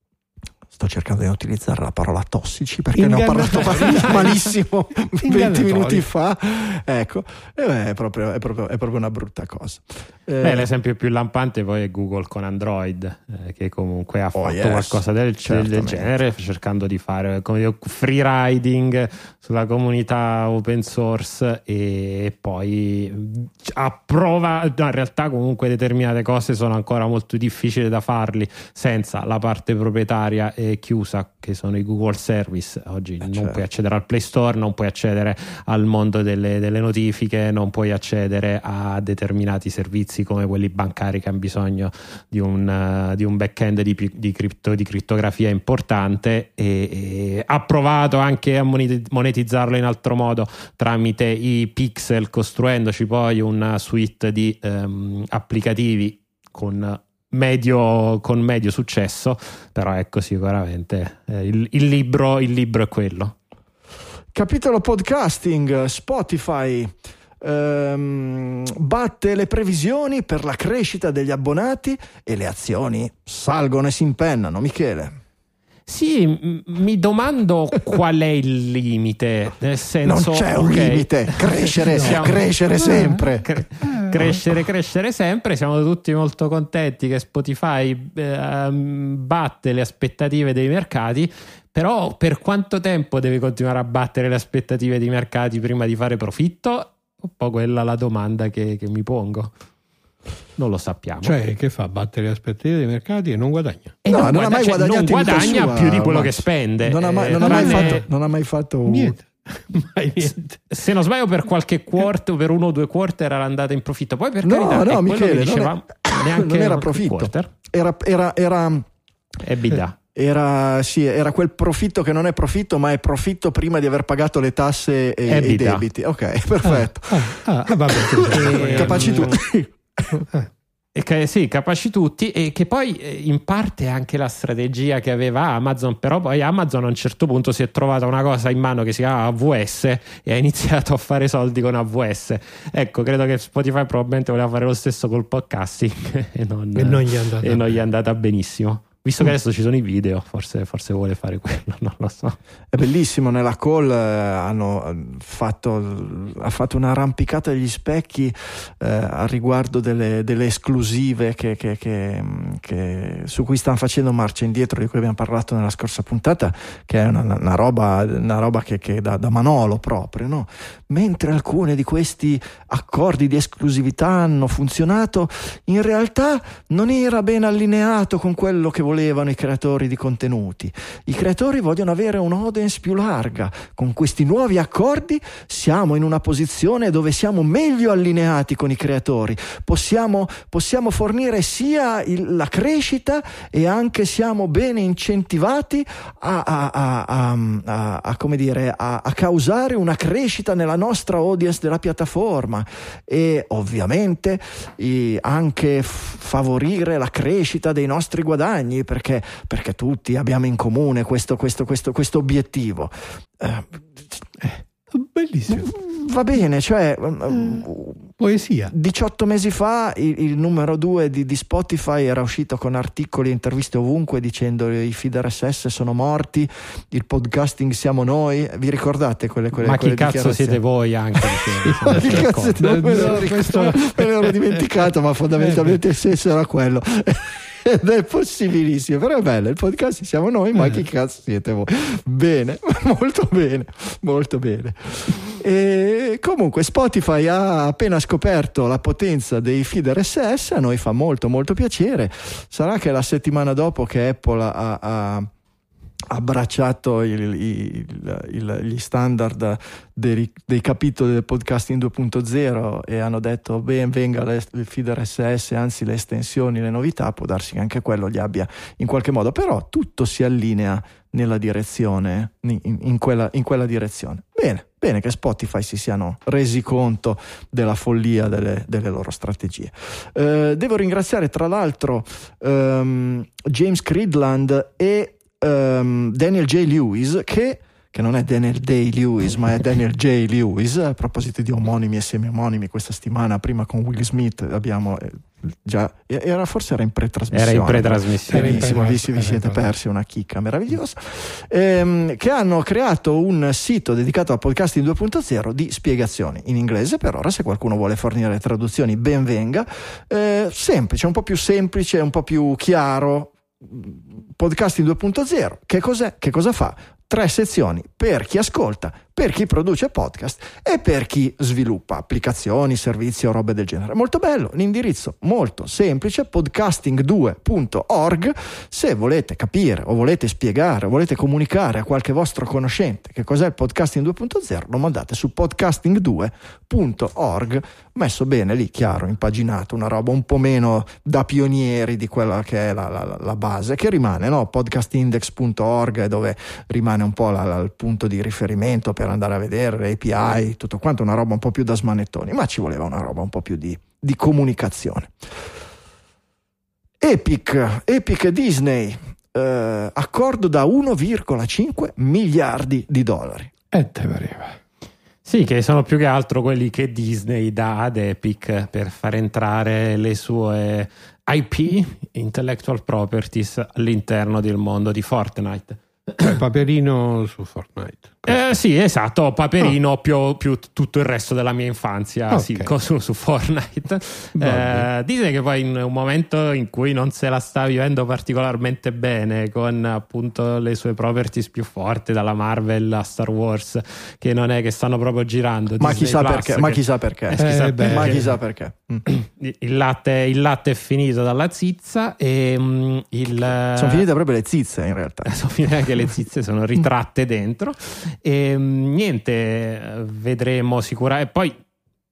sto cercando di utilizzare la parola tossici perché ne ho parlato malissimo venti minuti fa, ecco, e beh, è, proprio, è, proprio, è proprio una brutta cosa. Eh, beh, l'esempio più lampante poi è Google con Android, eh, che comunque ha oh fatto yes, qualcosa del, del genere, cercando di fare come dire, free riding sulla comunità open source, e poi approva, no, in realtà comunque determinate cose sono ancora molto difficili da farli senza la parte proprietaria e chiusa che sono i Google Service. Oggi eh non certo. puoi accedere al Play Store, non puoi accedere al mondo delle, delle notifiche, non puoi accedere a determinati servizi come quelli bancari che hanno bisogno di un, uh, di un back-end di, di, cripto, di crittografia importante, e, e ha provato anche a monetizzarlo in altro modo tramite i pixel, costruendoci poi una suite di um, applicativi con medio con medio successo, però ecco sicuramente eh, il, il libro il libro è quello. Capitolo podcasting. Spotify ehm, batte le previsioni per la crescita degli abbonati e le azioni salgono e si impennano. Michele? Sì, m- mi domando qual è il limite, nel senso, non c'è un okay, limite, crescere, siamo, crescere sempre, cre- crescere, crescere sempre. Siamo tutti molto contenti che Spotify eh, batte le aspettative dei mercati, però per quanto tempo deve continuare a battere le aspettative dei mercati prima di fare profitto? Un po' quella la domanda che, che mi pongo. Non lo sappiamo. Cioè, che fa? Battere le aspettative dei mercati e non guadagna? E no, non, non ha mai cioè, guadagnato, non guadagna sua, più di quello Max. che spende. Non ha mai, non eh, ha mai, tranne... fatto, non ha mai fatto niente. Mai niente. Se non sbaglio, per qualche quarter, per uno o due quarter era andata in profitto. Poi, per no, carità, no, è Michele, quello che dicevamo, non, è, neanche non era profitto. Quarter. Era, era, era EBITDA. Era, sì, era quel profitto che non è profitto, ma è profitto prima di aver pagato le tasse e, e i debiti. Ok, perfetto. Ah, ah, ah, vabbè, Capaci tu. E che, sì, capaci tutti, e che poi in parte è anche la strategia che aveva Amazon, però poi Amazon a un certo punto si è trovata una cosa in mano che si chiama A V S e ha iniziato a fare soldi con A V S. Ecco, credo che Spotify probabilmente voleva fare lo stesso col podcasting e non, e non gli è andata, e non gli è andata benissimo. Visto che adesso ci sono i video, forse, forse vuole fare quello, non lo so. È bellissimo, nella call eh, hanno fatto, ha fatto un'arrampicata degli specchi eh, a riguardo delle, delle esclusive che, che, che, che, su cui stanno facendo marcia indietro, di cui abbiamo parlato nella scorsa puntata, che è una, una roba, una roba che, che da, da Manolo proprio, no? Mentre alcune di questi accordi di esclusività hanno funzionato, in realtà non era ben allineato con quello che volevano i creatori di contenuti. I creatori vogliono avere un'audience più larga. Con questi nuovi accordi siamo in una posizione dove siamo meglio allineati con i creatori, possiamo, possiamo fornire sia il, la crescita, e anche siamo bene incentivati a, a, a, a, a, a come dire a, a causare una crescita nella nostra audience della piattaforma, e ovviamente e anche f- favorire la crescita dei nostri guadagni, perché, perché tutti abbiamo in comune questo, questo, questo, questo obiettivo. Eh, bellissimo. Va bene, cioè poesia. diciotto mesi fa il, il numero due di, di Spotify era uscito con articoli e interviste ovunque dicendo i feed R S S sono morti, il podcasting siamo noi. Vi ricordate quelle, quelle ma quelle chi cazzo siete voi anche? Ma chi cazzo siete voi? Me l'ero, questo... me l'ero dimenticato, ma fondamentalmente il senso era quello. Ed è possibilissimo, però è bello, il podcast siamo noi, ma chi cazzo siete voi? Bene, molto bene, molto bene. E comunque Spotify ha appena scoperto la potenza dei feed R S S, a noi fa molto molto piacere. Sarà che la settimana dopo che Apple ha, ha abbracciato il, il, il, gli standard dei, dei capitoli del podcasting due punto zero e hanno detto ben venga le, il feed R S S, anzi le estensioni, le novità, può darsi che anche quello gli abbia in qualche modo, però tutto si allinea nella direzione, in, in, quella, in quella direzione. Bene, bene che Spotify si siano resi conto della follia delle, delle loro strategie. Eh, devo ringraziare tra l'altro um, James Cridland e Um, Daniel J. Lewis, che, che non è Daniel Day-Lewis ma è Daniel J. Lewis. A proposito di omonimi e semi-omonimi, questa settimana prima con Will Smith abbiamo eh, già era forse era in pretrasmissione era in pretrasmissione benissimo, vi, vi siete persi una chicca meravigliosa, ehm, che hanno creato un sito dedicato al podcasting due punto zero di spiegazioni in inglese. Per ora, se qualcuno vuole fornire traduzioni, ben venga. Eh, semplice, un po' più semplice, un po' più chiaro. Podcasting due punto zero, che cos'è? Che cosa fa? Tre sezioni per chi ascolta, per chi produce podcast e per chi sviluppa applicazioni, servizi o robe del genere. Molto bello, l'indirizzo molto semplice, podcasting due punto org. Se volete capire o volete spiegare o volete comunicare a qualche vostro conoscente che cos'è il podcasting due punto zero, lo mandate su podcasting due punto org, messo bene lì, chiaro, impaginato, una roba un po' meno da pionieri di quella che è la, la, la base, che rimane, no? podcastindex punto org è dove rimane un po' la, la, il punto di riferimento per andare a vedere le A P I, tutto quanto, una roba un po' più da smanettoni, ma ci voleva una roba un po' più di, di comunicazione. Epic, Epic e Disney, eh, accordo da uno virgola cinque miliardi di dollari. E te pareva. Sì, che sono più che altro quelli che Disney dà ad Epic per far entrare le sue I P, intellectual properties, all'interno del mondo di Fortnite. Paperino su Fortnite. Eh, sì, esatto, Paperino oh. più, più tutto il resto della mia infanzia, okay. sì, su, su Fortnite. Eh, dite che poi in un momento in cui non se la sta vivendo particolarmente bene, con appunto le sue properties più forti, dalla Marvel a Star Wars, che non è che stanno proprio girando. Ma chissà perché, che, ma chissà perché, eh, chissà eh, perché. ma chissà perché. Mm. Il latte, il latte è finito dalla zizza e um, il sono finite proprio le zizze in realtà. Sono finite anche le zizze, sono ritratte dentro. E niente, vedremo sicuramente. Poi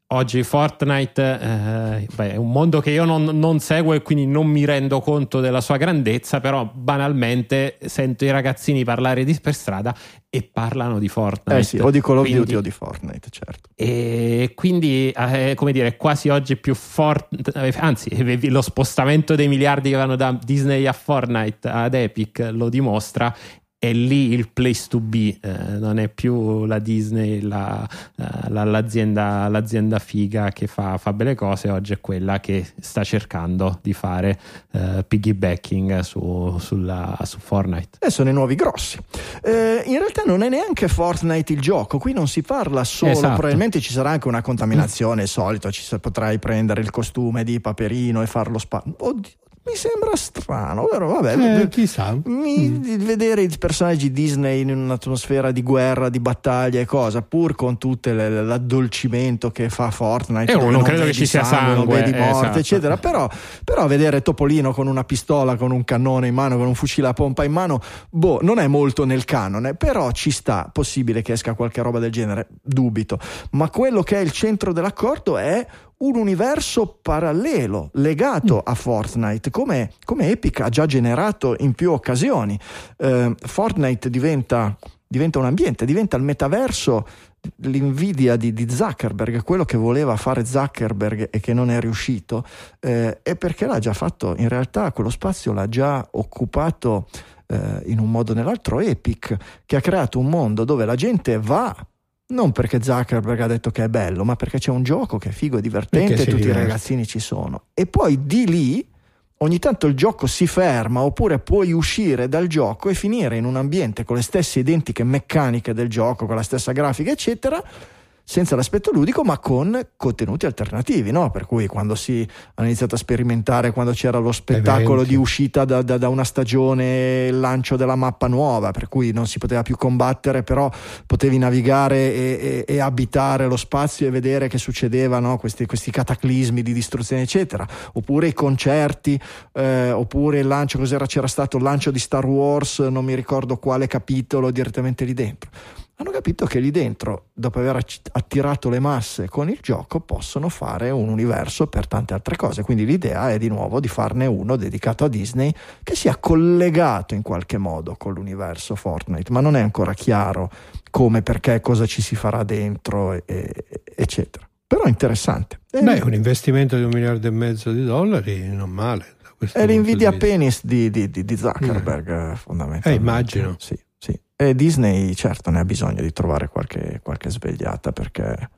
oggi Fortnite eh, beh, è un mondo che io non, non seguo e quindi non mi rendo conto della sua grandezza, però banalmente sento i ragazzini parlare di per strada e parlano di Fortnite. Eh sì, o di Call of quindi, Duty o di Fortnite, certo. E quindi eh, come dire, quasi oggi più Fortnite, anzi lo spostamento dei miliardi che vanno da Disney a Fortnite ad Epic lo dimostra. È lì il place to be, eh, non è più la Disney la, la, l'azienda, l'azienda figa che fa, fa belle cose, oggi è quella che sta cercando di fare eh, piggybacking su, sulla, su Fortnite. E sono i nuovi grossi. Eh, in realtà non è neanche Fortnite il gioco, qui non si parla solo, esatto. Probabilmente ci sarà anche una contaminazione, è solito, ci potrai prendere il costume di Paperino e farlo spa... Oddio. Mi sembra strano, però vabbè, eh, chissà. Mi, mm. vedere i personaggi Disney in un'atmosfera di guerra, di battaglia e cosa, pur con tutto l'addolcimento che fa Fortnite, eh, non, non credo che ci sia sangue, non vedi morte, esatto. eccetera. Però, però vedere Topolino con una pistola, con un cannone in mano, con un fucile a pompa in mano, boh, non è molto nel canone, però ci sta, possibile che esca qualche roba del genere, dubito. Ma quello che è il centro dell'accordo è un universo parallelo legato a Fortnite, come, come Epic ha già generato in più occasioni. Eh, Fortnite diventa, diventa un ambiente, diventa il metaverso, l'invidia di, di Zuckerberg, quello che voleva fare Zuckerberg e che non è riuscito, eh, è perché l'ha già fatto, in realtà quello spazio l'ha già occupato eh, in un modo o nell'altro Epic, che ha creato un mondo dove la gente va non perché Zuckerberg ha detto che è bello, ma perché c'è un gioco che è figo e divertente e tutti diverte. I ragazzini ci sono. E poi di lì ogni tanto il gioco si ferma, oppure puoi uscire dal gioco e finire in un ambiente con le stesse identiche meccaniche del gioco, con la stessa grafica eccetera, senza l'aspetto ludico, ma con contenuti alternativi, no? Per cui quando si hanno iniziato a sperimentare, quando c'era lo spettacolo Eventi. Di uscita da, da, da una stagione, il lancio della mappa nuova, per cui non si poteva più combattere, però potevi navigare e, e, e abitare lo spazio e vedere che succedeva, no? Questi, questi cataclismi di distruzione eccetera, oppure i concerti, eh, oppure il lancio, cos'era, c'era stato il lancio di Star Wars, non mi ricordo quale capitolo, direttamente lì dentro. Hanno capito che lì dentro, dopo aver attirato le masse con il gioco, possono fare un universo per tante altre cose. Quindi l'idea è di nuovo di farne uno dedicato a Disney che sia collegato in qualche modo con l'universo Fortnite, ma non è ancora chiaro come, perché, cosa ci si farà dentro, e, e, eccetera. Però è interessante. Beh, un investimento di un miliardo e mezzo di dollari, non male. È l'invidia penis di, di, di, di Zuckerberg, mm. fondamentalmente. Eh, immagino. Sì. Sì. E Disney certo ne ha bisogno di trovare qualche, qualche svegliata, perché,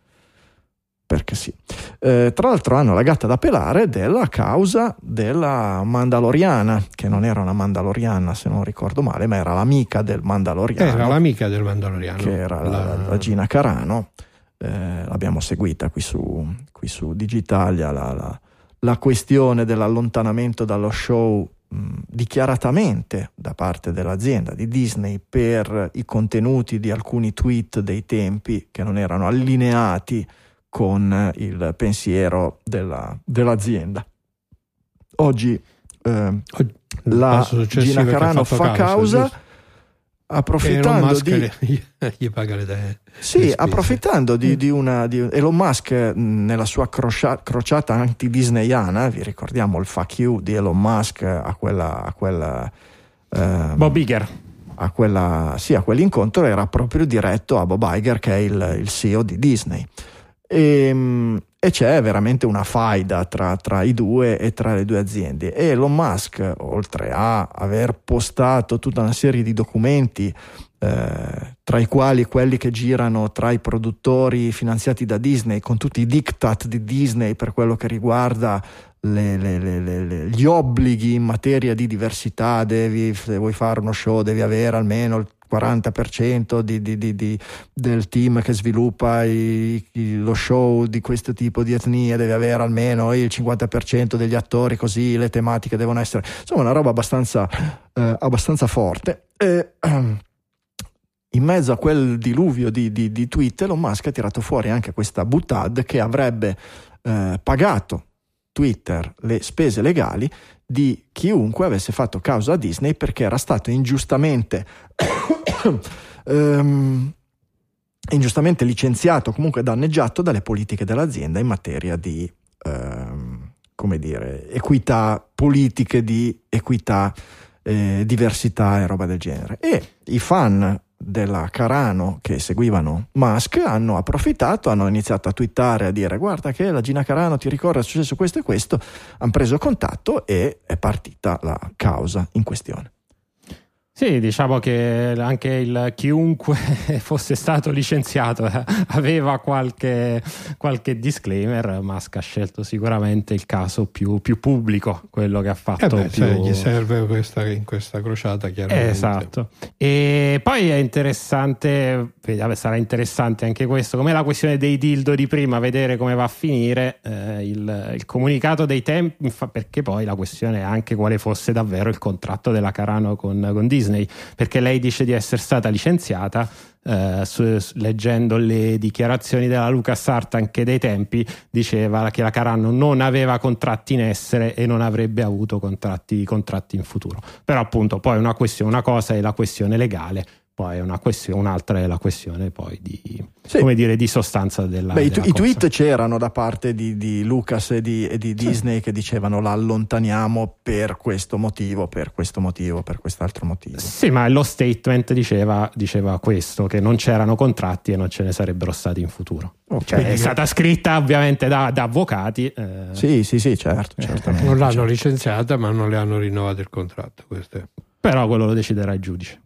perché sì. Eh, tra l'altro hanno la gatta da pelare della causa della Mandaloriana, che non era una Mandaloriana se non ricordo male, ma era l'amica del Mandaloriano. Era l'amica del Mandaloriano. Che era la, la, la Gina Carano. Eh, l'abbiamo seguita qui su, qui su Digitalia, la, la, la questione dell'allontanamento dallo show dichiaratamente da parte dell'azienda di Disney per i contenuti di alcuni tweet dei tempi che non erano allineati con il pensiero della, dell'azienda. Oggi eh, la Gina Carano fa causa, causa approfittando di gli, gli paga le idee, sì, le approfittando di, di una di Elon Musk nella sua crocia, crociata anti-disneyana. Vi ricordiamo il fuck you di Elon Musk a quella a quella ehm, Bob Iger a quella sì a quell'incontro era proprio diretto a Bob Iger, che è il, il C E O di Disney, e, e c'è veramente una faida tra, tra i due e tra le due aziende. E Elon Musk, oltre a aver postato tutta una serie di documenti, eh, tra i quali quelli che girano tra i produttori finanziati da Disney, con tutti i diktat di Disney per quello che riguarda le, le, le, le, gli obblighi in materia di diversità, devi, se vuoi fare uno show devi avere almeno il quaranta per cento di, di, di, di, del team che sviluppa i, i, lo show di questo tipo di etnie, deve avere almeno il cinquanta per cento degli attori, così le tematiche devono essere, insomma una roba abbastanza, eh, abbastanza forte. E, um, in mezzo a quel diluvio di, di, di tweet, Elon Musk ha tirato fuori anche questa boutade che avrebbe eh, pagato Twitter le spese legali di chiunque avesse fatto causa a Disney perché era stato ingiustamente um, ingiustamente licenziato, comunque danneggiato dalle politiche dell'azienda in materia di ehm, come dire, equità, politiche di equità, eh, diversità e roba del genere. E i fan della Carano che seguivano Musk hanno approfittato, hanno iniziato a twittare, a dire guarda che la Gina Carano ti ricorda è successo questo e questo, hanno preso contatto e è partita la causa in questione. Sì, diciamo che anche il chiunque fosse stato licenziato aveva qualche, qualche disclaimer. Musk ha scelto sicuramente il caso più, più pubblico, quello che ha fatto eh beh, più... se gli serve questa, in questa crociata, chiaramente. Esatto. E poi è interessante, sarà interessante anche questo, come la questione dei dildo di prima, vedere come va a finire eh, il, il comunicato dei tempi, perché poi la questione è anche quale fosse davvero il contratto della Carano con, con Disney. Perché lei dice di essere stata licenziata, eh, su, leggendo le dichiarazioni della LucasArts anche dei tempi diceva che la Carano non aveva contratti in essere e non avrebbe avuto contratti, contratti in futuro. Però appunto poi una questione, una cosa è la questione legale, poi è una questione, un'altra è la questione poi di, sì. come dire, di sostanza della, Beh, della i, i tweet c'erano da parte di, di Lucas e di, e di Disney sì. che dicevano la allontaniamo per questo motivo, per questo motivo, per quest'altro motivo. Sì, ma lo statement diceva, diceva questo, che non c'erano contratti e non ce ne sarebbero stati in futuro. Okay. Cioè, è stata scritta ovviamente da, da avvocati. Eh. Sì, sì, sì, certo. Eh, non l'hanno certo. licenziata, ma non le hanno rinnovato il contratto. Questo è. Però quello lo deciderà il giudice.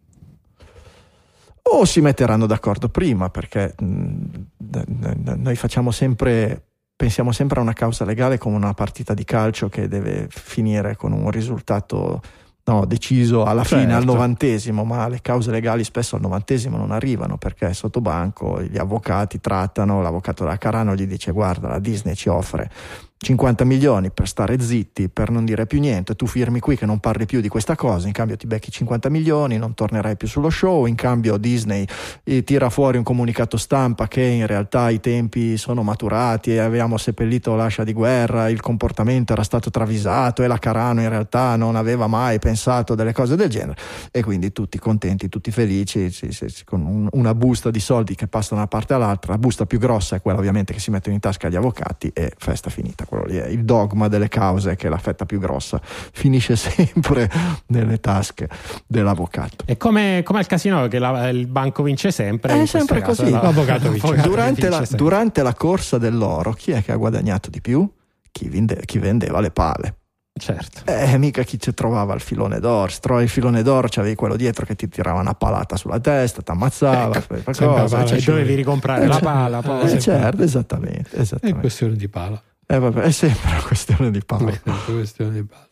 O si metteranno d'accordo prima, perché mh, noi facciamo sempre, pensiamo sempre a una causa legale come una partita di calcio che deve finire con un risultato no, deciso alla certo. fine, al novantesimo, ma le cause legali spesso al novantesimo non arrivano, perché sotto banco gli avvocati trattano, l'avvocato della Carano gli dice guarda, la Disney ci offre cinquanta milioni per stare zitti, per non dire più niente, tu firmi qui che non parli più di questa cosa, in cambio ti becchi cinquanta milioni, non tornerai più sullo show, in cambio Disney eh, tira fuori un comunicato stampa che in realtà i tempi sono maturati e avevamo seppellito l'ascia di guerra, il comportamento era stato travisato e la Carano in realtà non aveva mai pensato delle cose del genere, e quindi tutti contenti, tutti felici, sì, sì, sì, con un, una busta di soldi che passa da una parte all'altra. La busta più grossa è quella ovviamente che si mettono in tasca agli avvocati e festa finita. Quello lì è il dogma delle cause, che la fetta più grossa finisce sempre nelle tasche dell'avvocato. È come, come al casino, che la, il banco vince sempre. È sempre caso, così. L'avvocato vince. Durante, la, vince durante la corsa dell'oro, chi è che ha guadagnato di più? Chi, vende, chi vendeva le pale. Certo. Eh, mica chi ci trovava il filone d'oro. Se trovavi il filone d'oro c'avevi quello dietro che ti tirava una palata sulla testa, ti ammazzava, ecco, cosa, e cioè, dovevi ricomprare eh, la pala. Poi. Eh, certo, esattamente, esattamente. È questione di pala. Eh, vabbè, è sempre una questione di pala. È una questione di pala.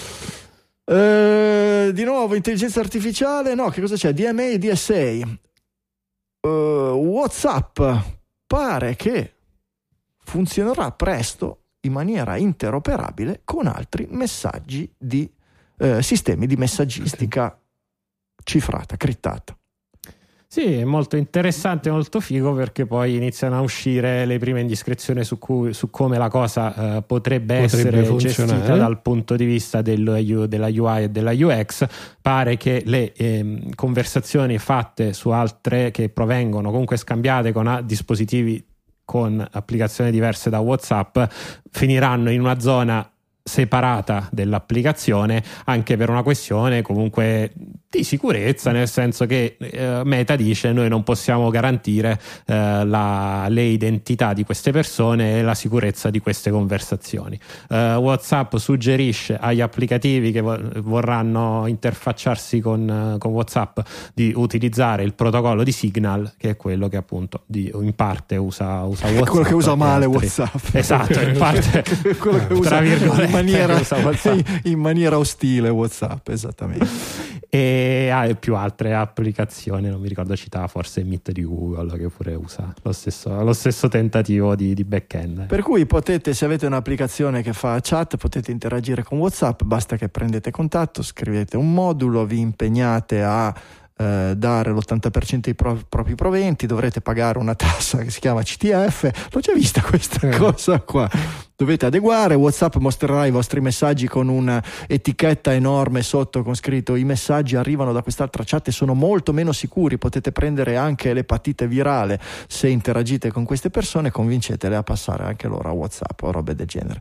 Eh, di nuovo intelligenza artificiale, no, che cosa c'è? D M A e D S A. Uh, WhatsApp pare che funzionerà presto in maniera interoperabile con altri messaggi di eh, sistemi di messaggistica cifrata, crittata. Sì, è molto interessante, molto figo, perché poi iniziano a uscire le prime indiscrezioni su, cui, su come la cosa eh, potrebbe, potrebbe essere gestita dal punto di vista del, della U I e della U X. Pare che le eh, conversazioni fatte su altre, che provengono comunque scambiate con a, dispositivi con applicazioni diverse da WhatsApp, finiranno in una zona separata dell'applicazione, anche per una questione comunque di sicurezza, nel senso che eh, Meta dice noi non possiamo garantire eh, la, le identità di queste persone e la sicurezza di queste conversazioni. eh, WhatsApp suggerisce agli applicativi che vo- vorranno interfacciarsi con, con WhatsApp di utilizzare il protocollo di Signal, che è quello che appunto di, in parte usa, usa WhatsApp, quello che usa male altri. WhatsApp, esatto, in parte quello che usa tra virgolette in maniera, in maniera ostile WhatsApp, esattamente. E ha ah, più altre applicazioni, non mi ricordo, citava forse Meet di Google, che pure usa lo stesso, lo stesso tentativo di, di back-end. Per cui potete, se avete un'applicazione che fa chat, potete interagire con WhatsApp, basta che prendete contatto, scrivete un modulo, vi impegnate a eh, dare l'ottanta per cento dei pro- propri proventi, dovrete pagare una tassa che si chiama C T F. L'ho già vista questa eh. cosa qua. Dovete adeguare. WhatsApp mostrerà i vostri messaggi con un'etichetta enorme sotto con scritto: i messaggi arrivano da quest'altra chat e sono molto meno sicuri, potete prendere anche l'epatite virale se interagite con queste persone, convincetele a passare anche loro a WhatsApp o robe del genere.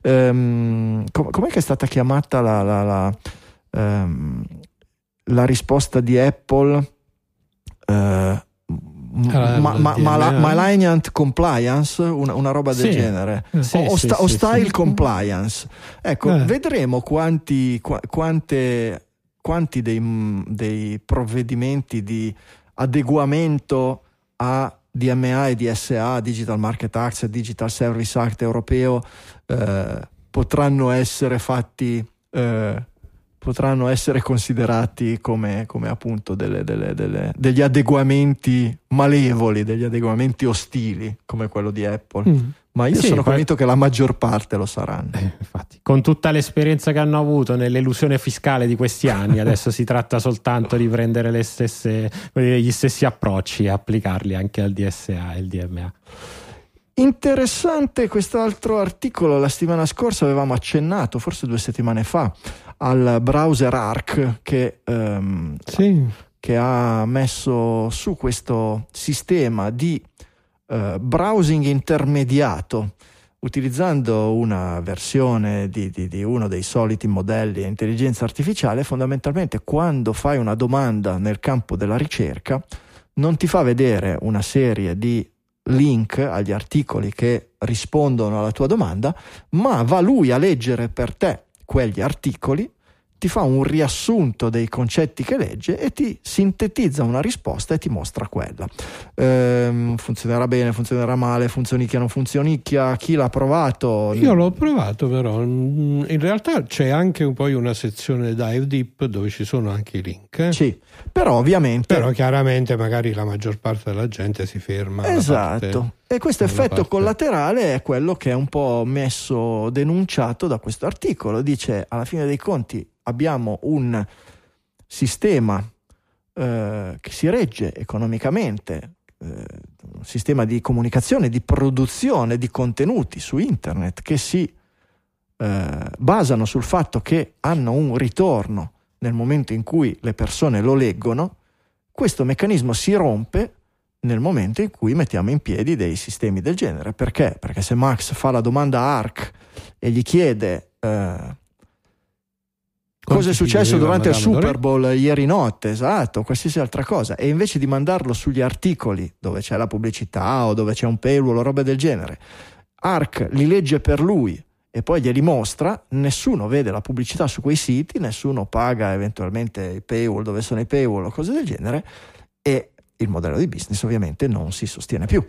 Um, com- com'è che è stata chiamata la, la, la, um, la risposta di Apple? Uh, Ah, ma, ma, ma, malignant compliance, una, una roba del sì. genere, sì, o, sì, sta, sì, o style sì. compliance. Ecco, eh. vedremo quanti, qu- quante, quanti dei, dei provvedimenti di adeguamento a D M A e D S A, Digital Market Act, Digital Service Act europeo, eh, potranno essere fatti. Eh, potranno essere considerati come, come appunto delle, delle, delle, degli adeguamenti malevoli, degli adeguamenti ostili come quello di Apple. Mm. Ma io sì, sono poi... convinto che la maggior parte lo saranno. Eh, infatti, con tutta l'esperienza che hanno avuto nell'elusione fiscale di questi anni, adesso si tratta soltanto di prendere le stesse, gli stessi approcci e applicarli anche al D S A e al D M A. Interessante quest'altro articolo. La settimana scorsa avevamo accennato, forse due settimane fa, al browser Arc che, um, sì. che ha messo su questo sistema di uh, browsing intermediato, utilizzando una versione di, di, di uno dei soliti modelli di intelligenza artificiale. Fondamentalmente, quando fai una domanda nel campo della ricerca, non ti fa vedere una serie di link agli articoli che rispondono alla tua domanda, ma va lui a leggere per te quegli articoli, ti fa un riassunto dei concetti che legge e ti sintetizza una risposta e ti mostra quella. Ehm, funzionerà bene, funzionerà male, funzionicchia, non funzionicchia, chi l'ha provato? Io l'ho provato, però in realtà c'è anche un poi una sezione Dive Deep dove ci sono anche i link. Eh? Sì, però ovviamente... Però chiaramente magari la maggior parte della gente si ferma. Esatto. Parte, e questo effetto parte. collaterale è quello che è un po' messo, denunciato da questo articolo. Dice, alla fine dei conti, abbiamo un sistema eh, che si regge economicamente, eh, un sistema di comunicazione, di produzione di contenuti su internet che si eh, basano sul fatto che hanno un ritorno nel momento in cui le persone lo leggono. Questo meccanismo si rompe nel momento in cui mettiamo in piedi dei sistemi del genere. Perché? Perché se Max fa la domanda a Arc e gli chiede eh, cosa è successo durante il Super Bowl ieri notte, esatto, qualsiasi altra cosa, e invece di mandarlo sugli articoli dove c'è la pubblicità o dove c'è un paywall o robe del genere, Arc li legge per lui e poi glieli mostra, nessuno vede la pubblicità su quei siti, nessuno paga eventualmente i paywall dove sono i paywall o cose del genere, e il modello di business ovviamente non si sostiene più.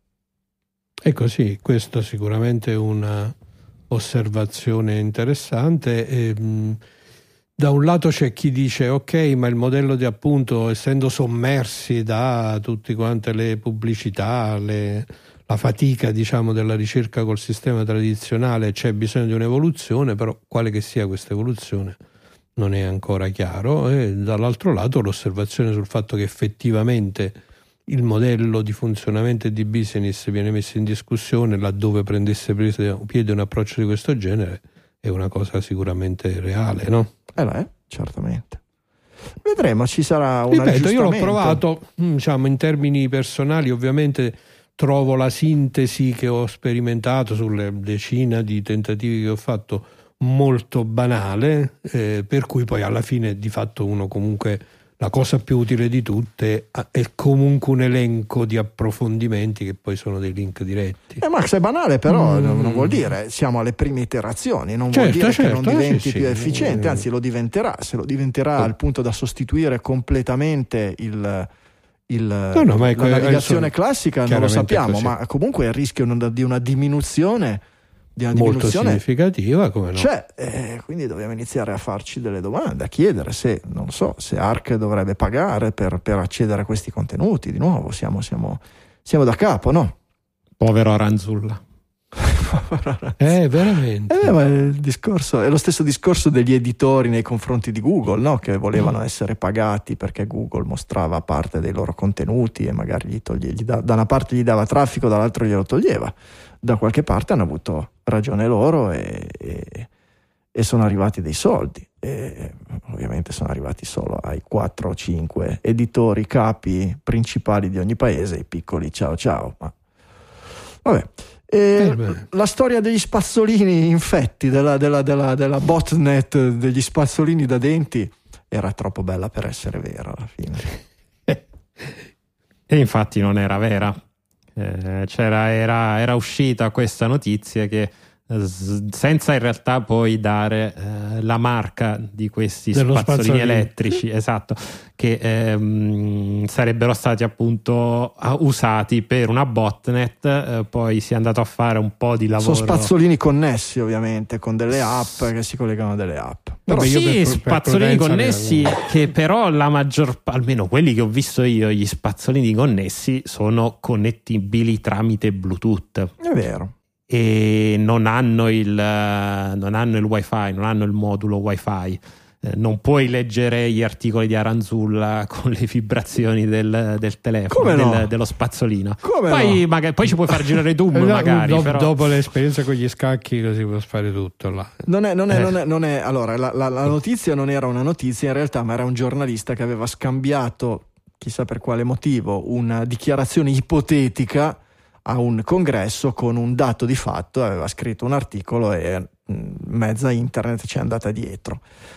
E così, questa sicuramente è una osservazione interessante. E, mh, da un lato c'è chi dice ok, ma il modello di appunto, essendo sommersi da tutte quante le pubblicità, le, la fatica diciamo della ricerca col sistema tradizionale, c'è bisogno di un'evoluzione, però quale che sia questa evoluzione non è ancora chiaro. E dall'altro lato l'osservazione sul fatto che effettivamente il modello di funzionamento e di business viene messo in discussione laddove prendesse piede un approccio di questo genere è una cosa sicuramente reale, no? Eh beh, certamente. Vedremo, ci sarà un Ripeto, aggiustamento. Io l'ho provato, diciamo, in termini personali, ovviamente trovo la sintesi che ho sperimentato sulle decine di tentativi che ho fatto molto banale, eh, per cui poi alla fine di fatto uno comunque la cosa più utile di tutte è comunque un elenco di approfondimenti che poi sono dei link diretti. Eh, Max, è banale, però mm. non vuol dire siamo alle prime iterazioni, non certo, vuol dire certo, che non diventi sì, più sì. efficiente, anzi lo diventerà, se lo diventerà oh. al punto da sostituire completamente il, il, no, no, ma la navigazione insomma, classica non lo sappiamo, ma comunque il rischio di una diminuzione di una molto significativa, come no? C'è, eh, quindi dobbiamo iniziare a farci delle domande, a chiedere se, non so, se Arc dovrebbe pagare per, per accedere a questi contenuti. Di nuovo siamo, siamo, siamo da capo, no? Povero Aranzulla. Eh, veramente. Eh, ma il discorso è lo stesso discorso degli editori nei confronti di Google, no? Che volevano mm. essere pagati perché Google mostrava parte dei loro contenuti e magari gli toglie, gli da, da una parte gli dava traffico, dall'altra glielo toglieva. Da qualche parte hanno avuto ragione loro e, e, e sono arrivati dei soldi. E ovviamente sono arrivati solo ai quattro o cinque editori capi principali di ogni paese, i piccoli ciao ciao. Ma vabbè. E la storia degli spazzolini infetti, della, della, della, della botnet degli spazzolini da denti era troppo bella per essere vera alla fine. E infatti non era vera. Eh, c'era, era, era uscita questa notizia che senza in realtà poi dare eh, la marca di questi Dello spazzolini spazzolino. elettrici, esatto, che ehm, sarebbero stati appunto usati per una botnet. Eh, poi si è andato a fare un po' di lavoro. Sono spazzolini connessi ovviamente con delle app che si collegano a delle app. Però Vabbè, io sì, per- per spazzolini prudenza connessi ne- che però la maggior, almeno quelli che ho visto io, gli spazzolini connessi sono connettibili tramite Bluetooth. È vero. E non hanno il non hanno il wifi, non hanno il modulo wifi. Eh, non puoi leggere gli articoli di Aranzulla con le vibrazioni del, del telefono. Come no? del, dello spazzolino. Come poi, no? magari, poi ci puoi far girare tu Eh, no, magari do- però... dopo l'esperienza con gli scacchi si può fare tutto là. Non è, non è, Eh. non è, non è allora la, la, la notizia non era una notizia in realtà, ma era un giornalista che aveva scambiato, chissà per quale motivo, una dichiarazione ipotetica a un congresso con un dato di fatto. Aveva scritto un articolo e mh, mezza internet ci è andata dietro.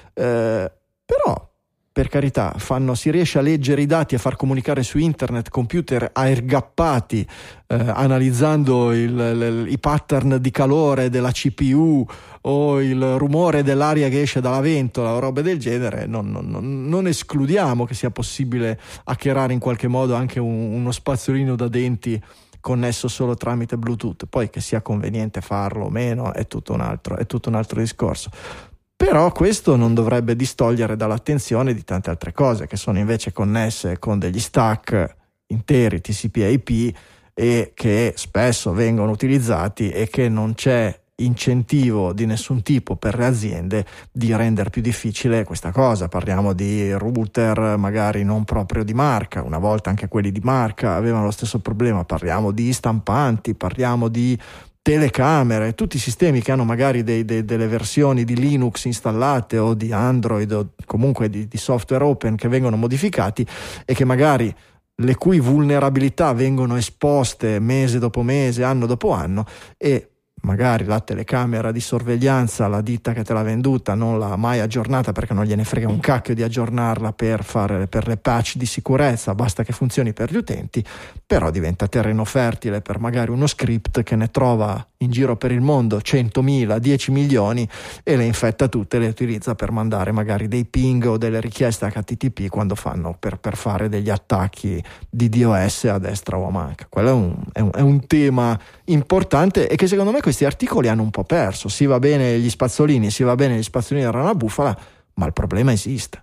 Eh, però per carità, fanno, si riesce a leggere i dati, a far comunicare su internet computer airgappati, eh, analizzando il, il, i pattern di calore della C P U o il rumore dell'aria che esce dalla ventola o robe del genere. Non, non, non escludiamo che sia possibile hackerare in qualche modo anche un, uno spazzolino da denti connesso solo tramite Bluetooth. Poi che sia conveniente farlo o meno è tutto un altro, è tutto un altro discorso. Però questo non dovrebbe distogliere dall'attenzione di tante altre cose che sono invece connesse con degli stack interi T C P I P e che spesso vengono utilizzati e che non c'è incentivo di nessun tipo per le aziende di rendere più difficile questa cosa. Parliamo di router magari non proprio di marca, una volta anche quelli di marca avevano lo stesso problema. Parliamo di stampanti, parliamo di telecamere, tutti i sistemi che hanno magari dei, dei, delle versioni di Linux installate o di Android o comunque di, di software open che vengono modificati e che magari le cui vulnerabilità vengono esposte mese dopo mese, anno dopo anno, e magari la telecamera di sorveglianza, la ditta che te l'ha venduta non l'ha mai aggiornata perché non gliene frega un cacchio di aggiornarla per fare per le patch di sicurezza, basta che funzioni per gli utenti, però diventa terreno fertile per magari uno script che ne trova in giro per il mondo centomila, dieci milioni e le infetta tutte e le utilizza per mandare magari dei ping o delle richieste H T T P quando fanno per, per fare degli attacchi di DOS a destra o a manca. Quello è un, è un, è un tema importante e che secondo me questi articoli hanno un po' perso. Si va bene gli spazzolini, si va bene gli spazzolini della rana bufala, ma il problema esiste.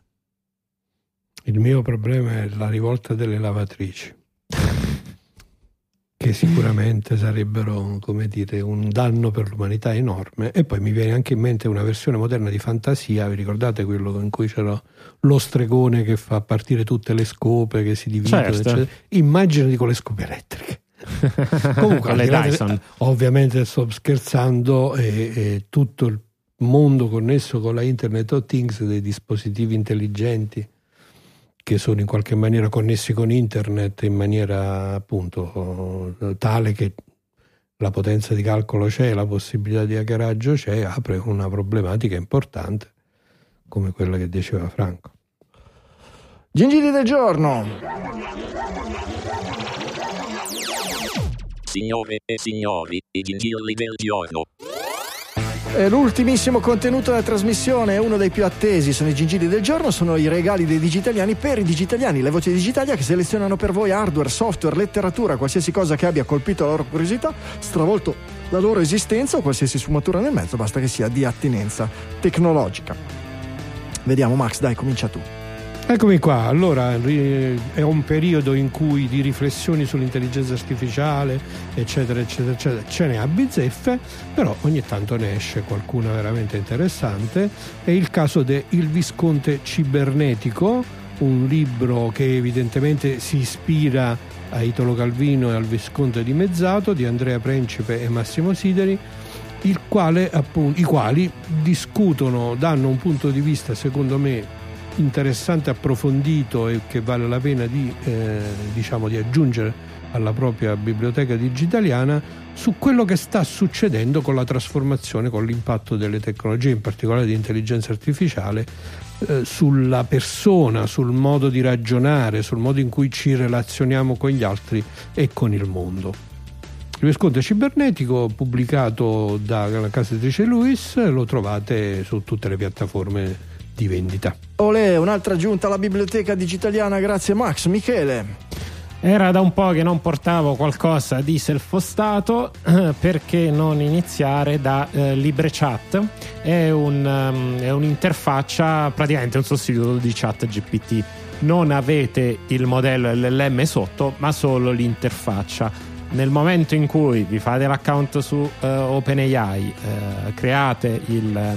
Il mio problema è la rivolta delle lavatrici, che sicuramente sarebbero, come dire, un danno per l'umanità enorme. E poi mi viene anche in mente una versione moderna di Fantasia, vi ricordate quello in cui c'era lo stregone che fa partire tutte le scope che si dividono, certo. eccetera. Immaginati con le scope elettriche. Comunque le Dyson. Ovviamente sto scherzando, e, e tutto il mondo connesso con la Internet of Things, dei dispositivi intelligenti che sono in qualche maniera connessi con internet in maniera appunto tale che la potenza di calcolo c'è, la possibilità di hackeraggio c'è, apre una problematica importante come quella che diceva Franco. Gingilli del giorno. Signore e signori, i gingilli del giorno. E l'ultimissimo contenuto della trasmissione è uno dei più attesi, sono i gingilli del giorno, sono i regali dei digitaliani per i digitaliani, le voci di Digitalia che selezionano per voi hardware, software, letteratura, qualsiasi cosa che abbia colpito la loro curiosità, stravolto la loro esistenza o qualsiasi sfumatura nel mezzo, basta che sia di attinenza tecnologica. Vediamo Max, dai, comincia tu. Eccomi qua, allora è un periodo in cui di riflessioni sull'intelligenza artificiale eccetera eccetera eccetera ce n'è a bizzeffe, però ogni tanto ne esce qualcuna veramente interessante. È il caso de Il Visconte Cibernetico, un libro che evidentemente si ispira a Italo Calvino e al Visconte dimezzato di Andrea Principe e Massimo Sideri, il quale, appunto, i quali discutono, danno un punto di vista secondo me interessante, approfondito e che vale la pena di, eh, diciamo, di aggiungere alla propria biblioteca digitaliana su quello che sta succedendo con la trasformazione, con l'impatto delle tecnologie, in particolare di intelligenza artificiale, eh, sulla persona, sul modo di ragionare, sul modo in cui ci relazioniamo con gli altri e con il mondo. Il Visconte Cibernetico, pubblicato dalla casa editrice Lewis, lo trovate su tutte le piattaforme di vendita. Olè, un'altra aggiunta alla biblioteca digitaliana, grazie Max. Michele? Era da un po' che non portavo qualcosa di self-hostato, perché non iniziare da eh, LibreChat. È, un, um, è un'interfaccia, praticamente un sostituto di ChatGPT. Non avete il modello L L M sotto, ma solo l'interfaccia. Nel momento in cui vi fate l'account su uh, OpenAI, uh, create, il, um,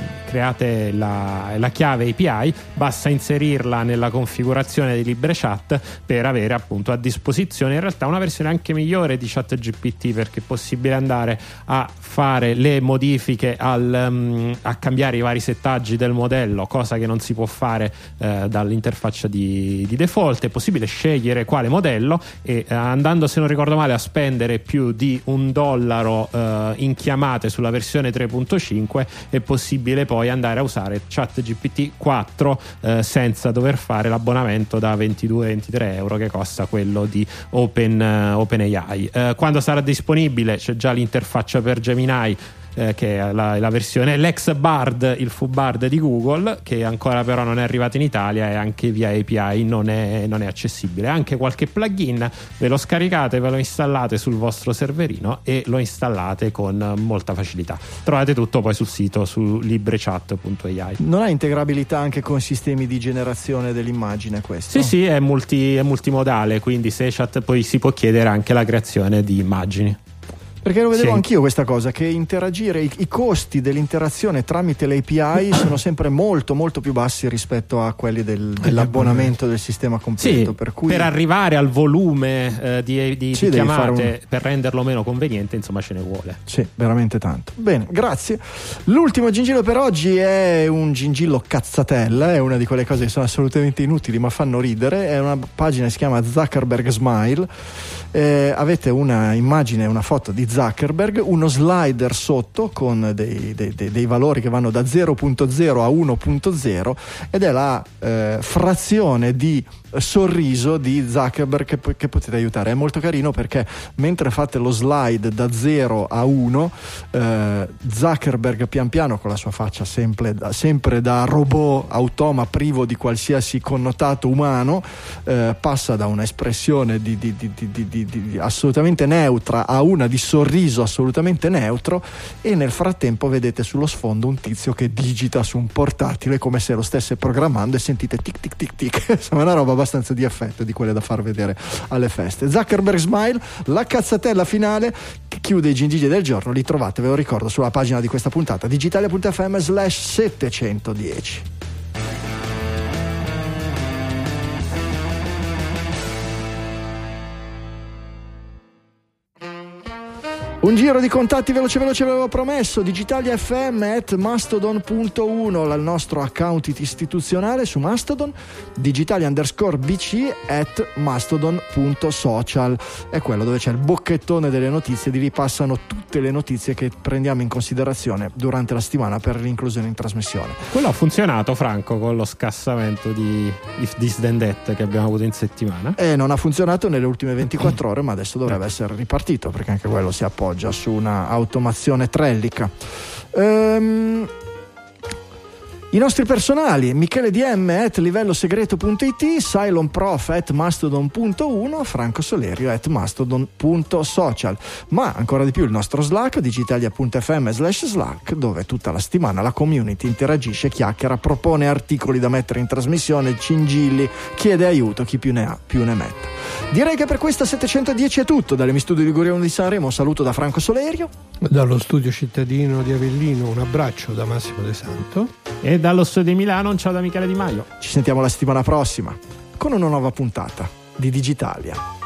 create la, la chiave A P I, basta inserirla nella configurazione di LibreChat per avere appunto a disposizione in realtà una versione anche migliore di ChatGPT, perché è possibile andare a fare le modifiche, al, um, a cambiare i vari settaggi del modello, cosa che non si può fare uh, dall'interfaccia di, di default. È possibile scegliere quale modello e uh, andando, se non ricordo male, a spendere più di un dollaro eh, in chiamate sulla versione tre punto cinque è possibile poi andare a usare ChatGPT quattro eh, senza dover fare l'abbonamento da ventidue ventitré euro che costa quello di Open, uh, OpenAI. Eh, quando sarà disponibile c'è già l'interfaccia per Gemini, Eh, che è la, la versione, l'ex Bard, il fu Bard di Google, che ancora però non è arrivato in Italia e anche via A P I non è, non è accessibile. Anche qualche plugin ve lo scaricate, ve lo installate sul vostro serverino e lo installate con molta facilità. Trovate tutto poi sul sito, su librechat punto a i. Non ha integrabilità anche con sistemi di generazione dell'immagine questo? Sì, sì, è, multi, è multimodale, quindi se chat poi si può chiedere anche la creazione di immagini. Perché lo vedevo sì. anch'io questa cosa, che interagire, i, i costi dell'interazione tramite l'A P I sono sempre molto molto più bassi rispetto a quelli del, dell'abbonamento del sistema completo. Sì, per, cui... per arrivare al volume eh, di, di, sì, di chiamate, un... per renderlo meno conveniente, insomma ce ne vuole. Sì, veramente tanto. Bene, grazie. L'ultimo gingillo per oggi è un gingillo cazzatella, è una di quelle cose che sono assolutamente inutili ma fanno ridere. È una pagina che si chiama Zuckerberg Smile. Eh, avete una immagine, una foto di Zuckerberg, uno slider sotto con dei, dei, dei, dei valori che vanno da zero punto zero a uno punto zero ed è la eh, frazione di sorriso di Zuckerberg che, che potete aiutare. È molto carino perché mentre fate lo slide da zero a uno, eh, Zuckerberg pian piano, con la sua faccia sempre da, sempre da robot automa privo di qualsiasi connotato umano, eh, passa da un'espressione di, di, di, di, di, di assolutamente neutra a una di sorriso assolutamente neutro, e nel frattempo vedete sullo sfondo un tizio che digita su un portatile come se lo stesse programmando e sentite tic tic tic tic. Insomma, una roba abbastanza di effetto, di quelle da far vedere alle feste. Zuckerberg Smile, la cazzatella finale che chiude i gingilli del giorno. Li trovate, ve lo ricordo, sulla pagina di questa puntata, digitalia punto effe emme slash settecentodieci. Un giro di contatti veloce veloce, avevo promesso. Digitalia effe emme at mastodon punto uno, il nostro account istituzionale su Mastodon. Digitalia underscore bc at mastodon punto social è quello dove c'è il bocchettone delle notizie, di ripassano tutte le notizie che prendiamo in considerazione durante la settimana per l'inclusione in trasmissione. Quello ha funzionato, Franco, con lo scassamento di If This Then That che abbiamo avuto in settimana? E non ha funzionato nelle ultime ventiquattro ore, ma adesso dovrebbe essere ripartito, perché anche quello si appoggia su una automazione trellica. Ehm, I nostri personali: Michele D M at livellosegreto punto it, Cylonprof at mastodon punto uno, Franco Solerio at mastodon punto social. Ma ancora di più il nostro Slack, digitalia punto effe emme slash Slack, dove tutta la settimana la community interagisce, chiacchiera, propone articoli da mettere in trasmissione, cingilli, chiede aiuto, chi più ne ha più ne metta. Direi che per questa settecentodieci è tutto. Dalle Studi Liguria uno di Sanremo un saluto da Franco Solerio. Dallo studio cittadino di Avellino un abbraccio da Massimo De Santo. E dallo studio di Milano un ciao da Michele Di Maio. Ci sentiamo la settimana prossima con una nuova puntata di Digitalia.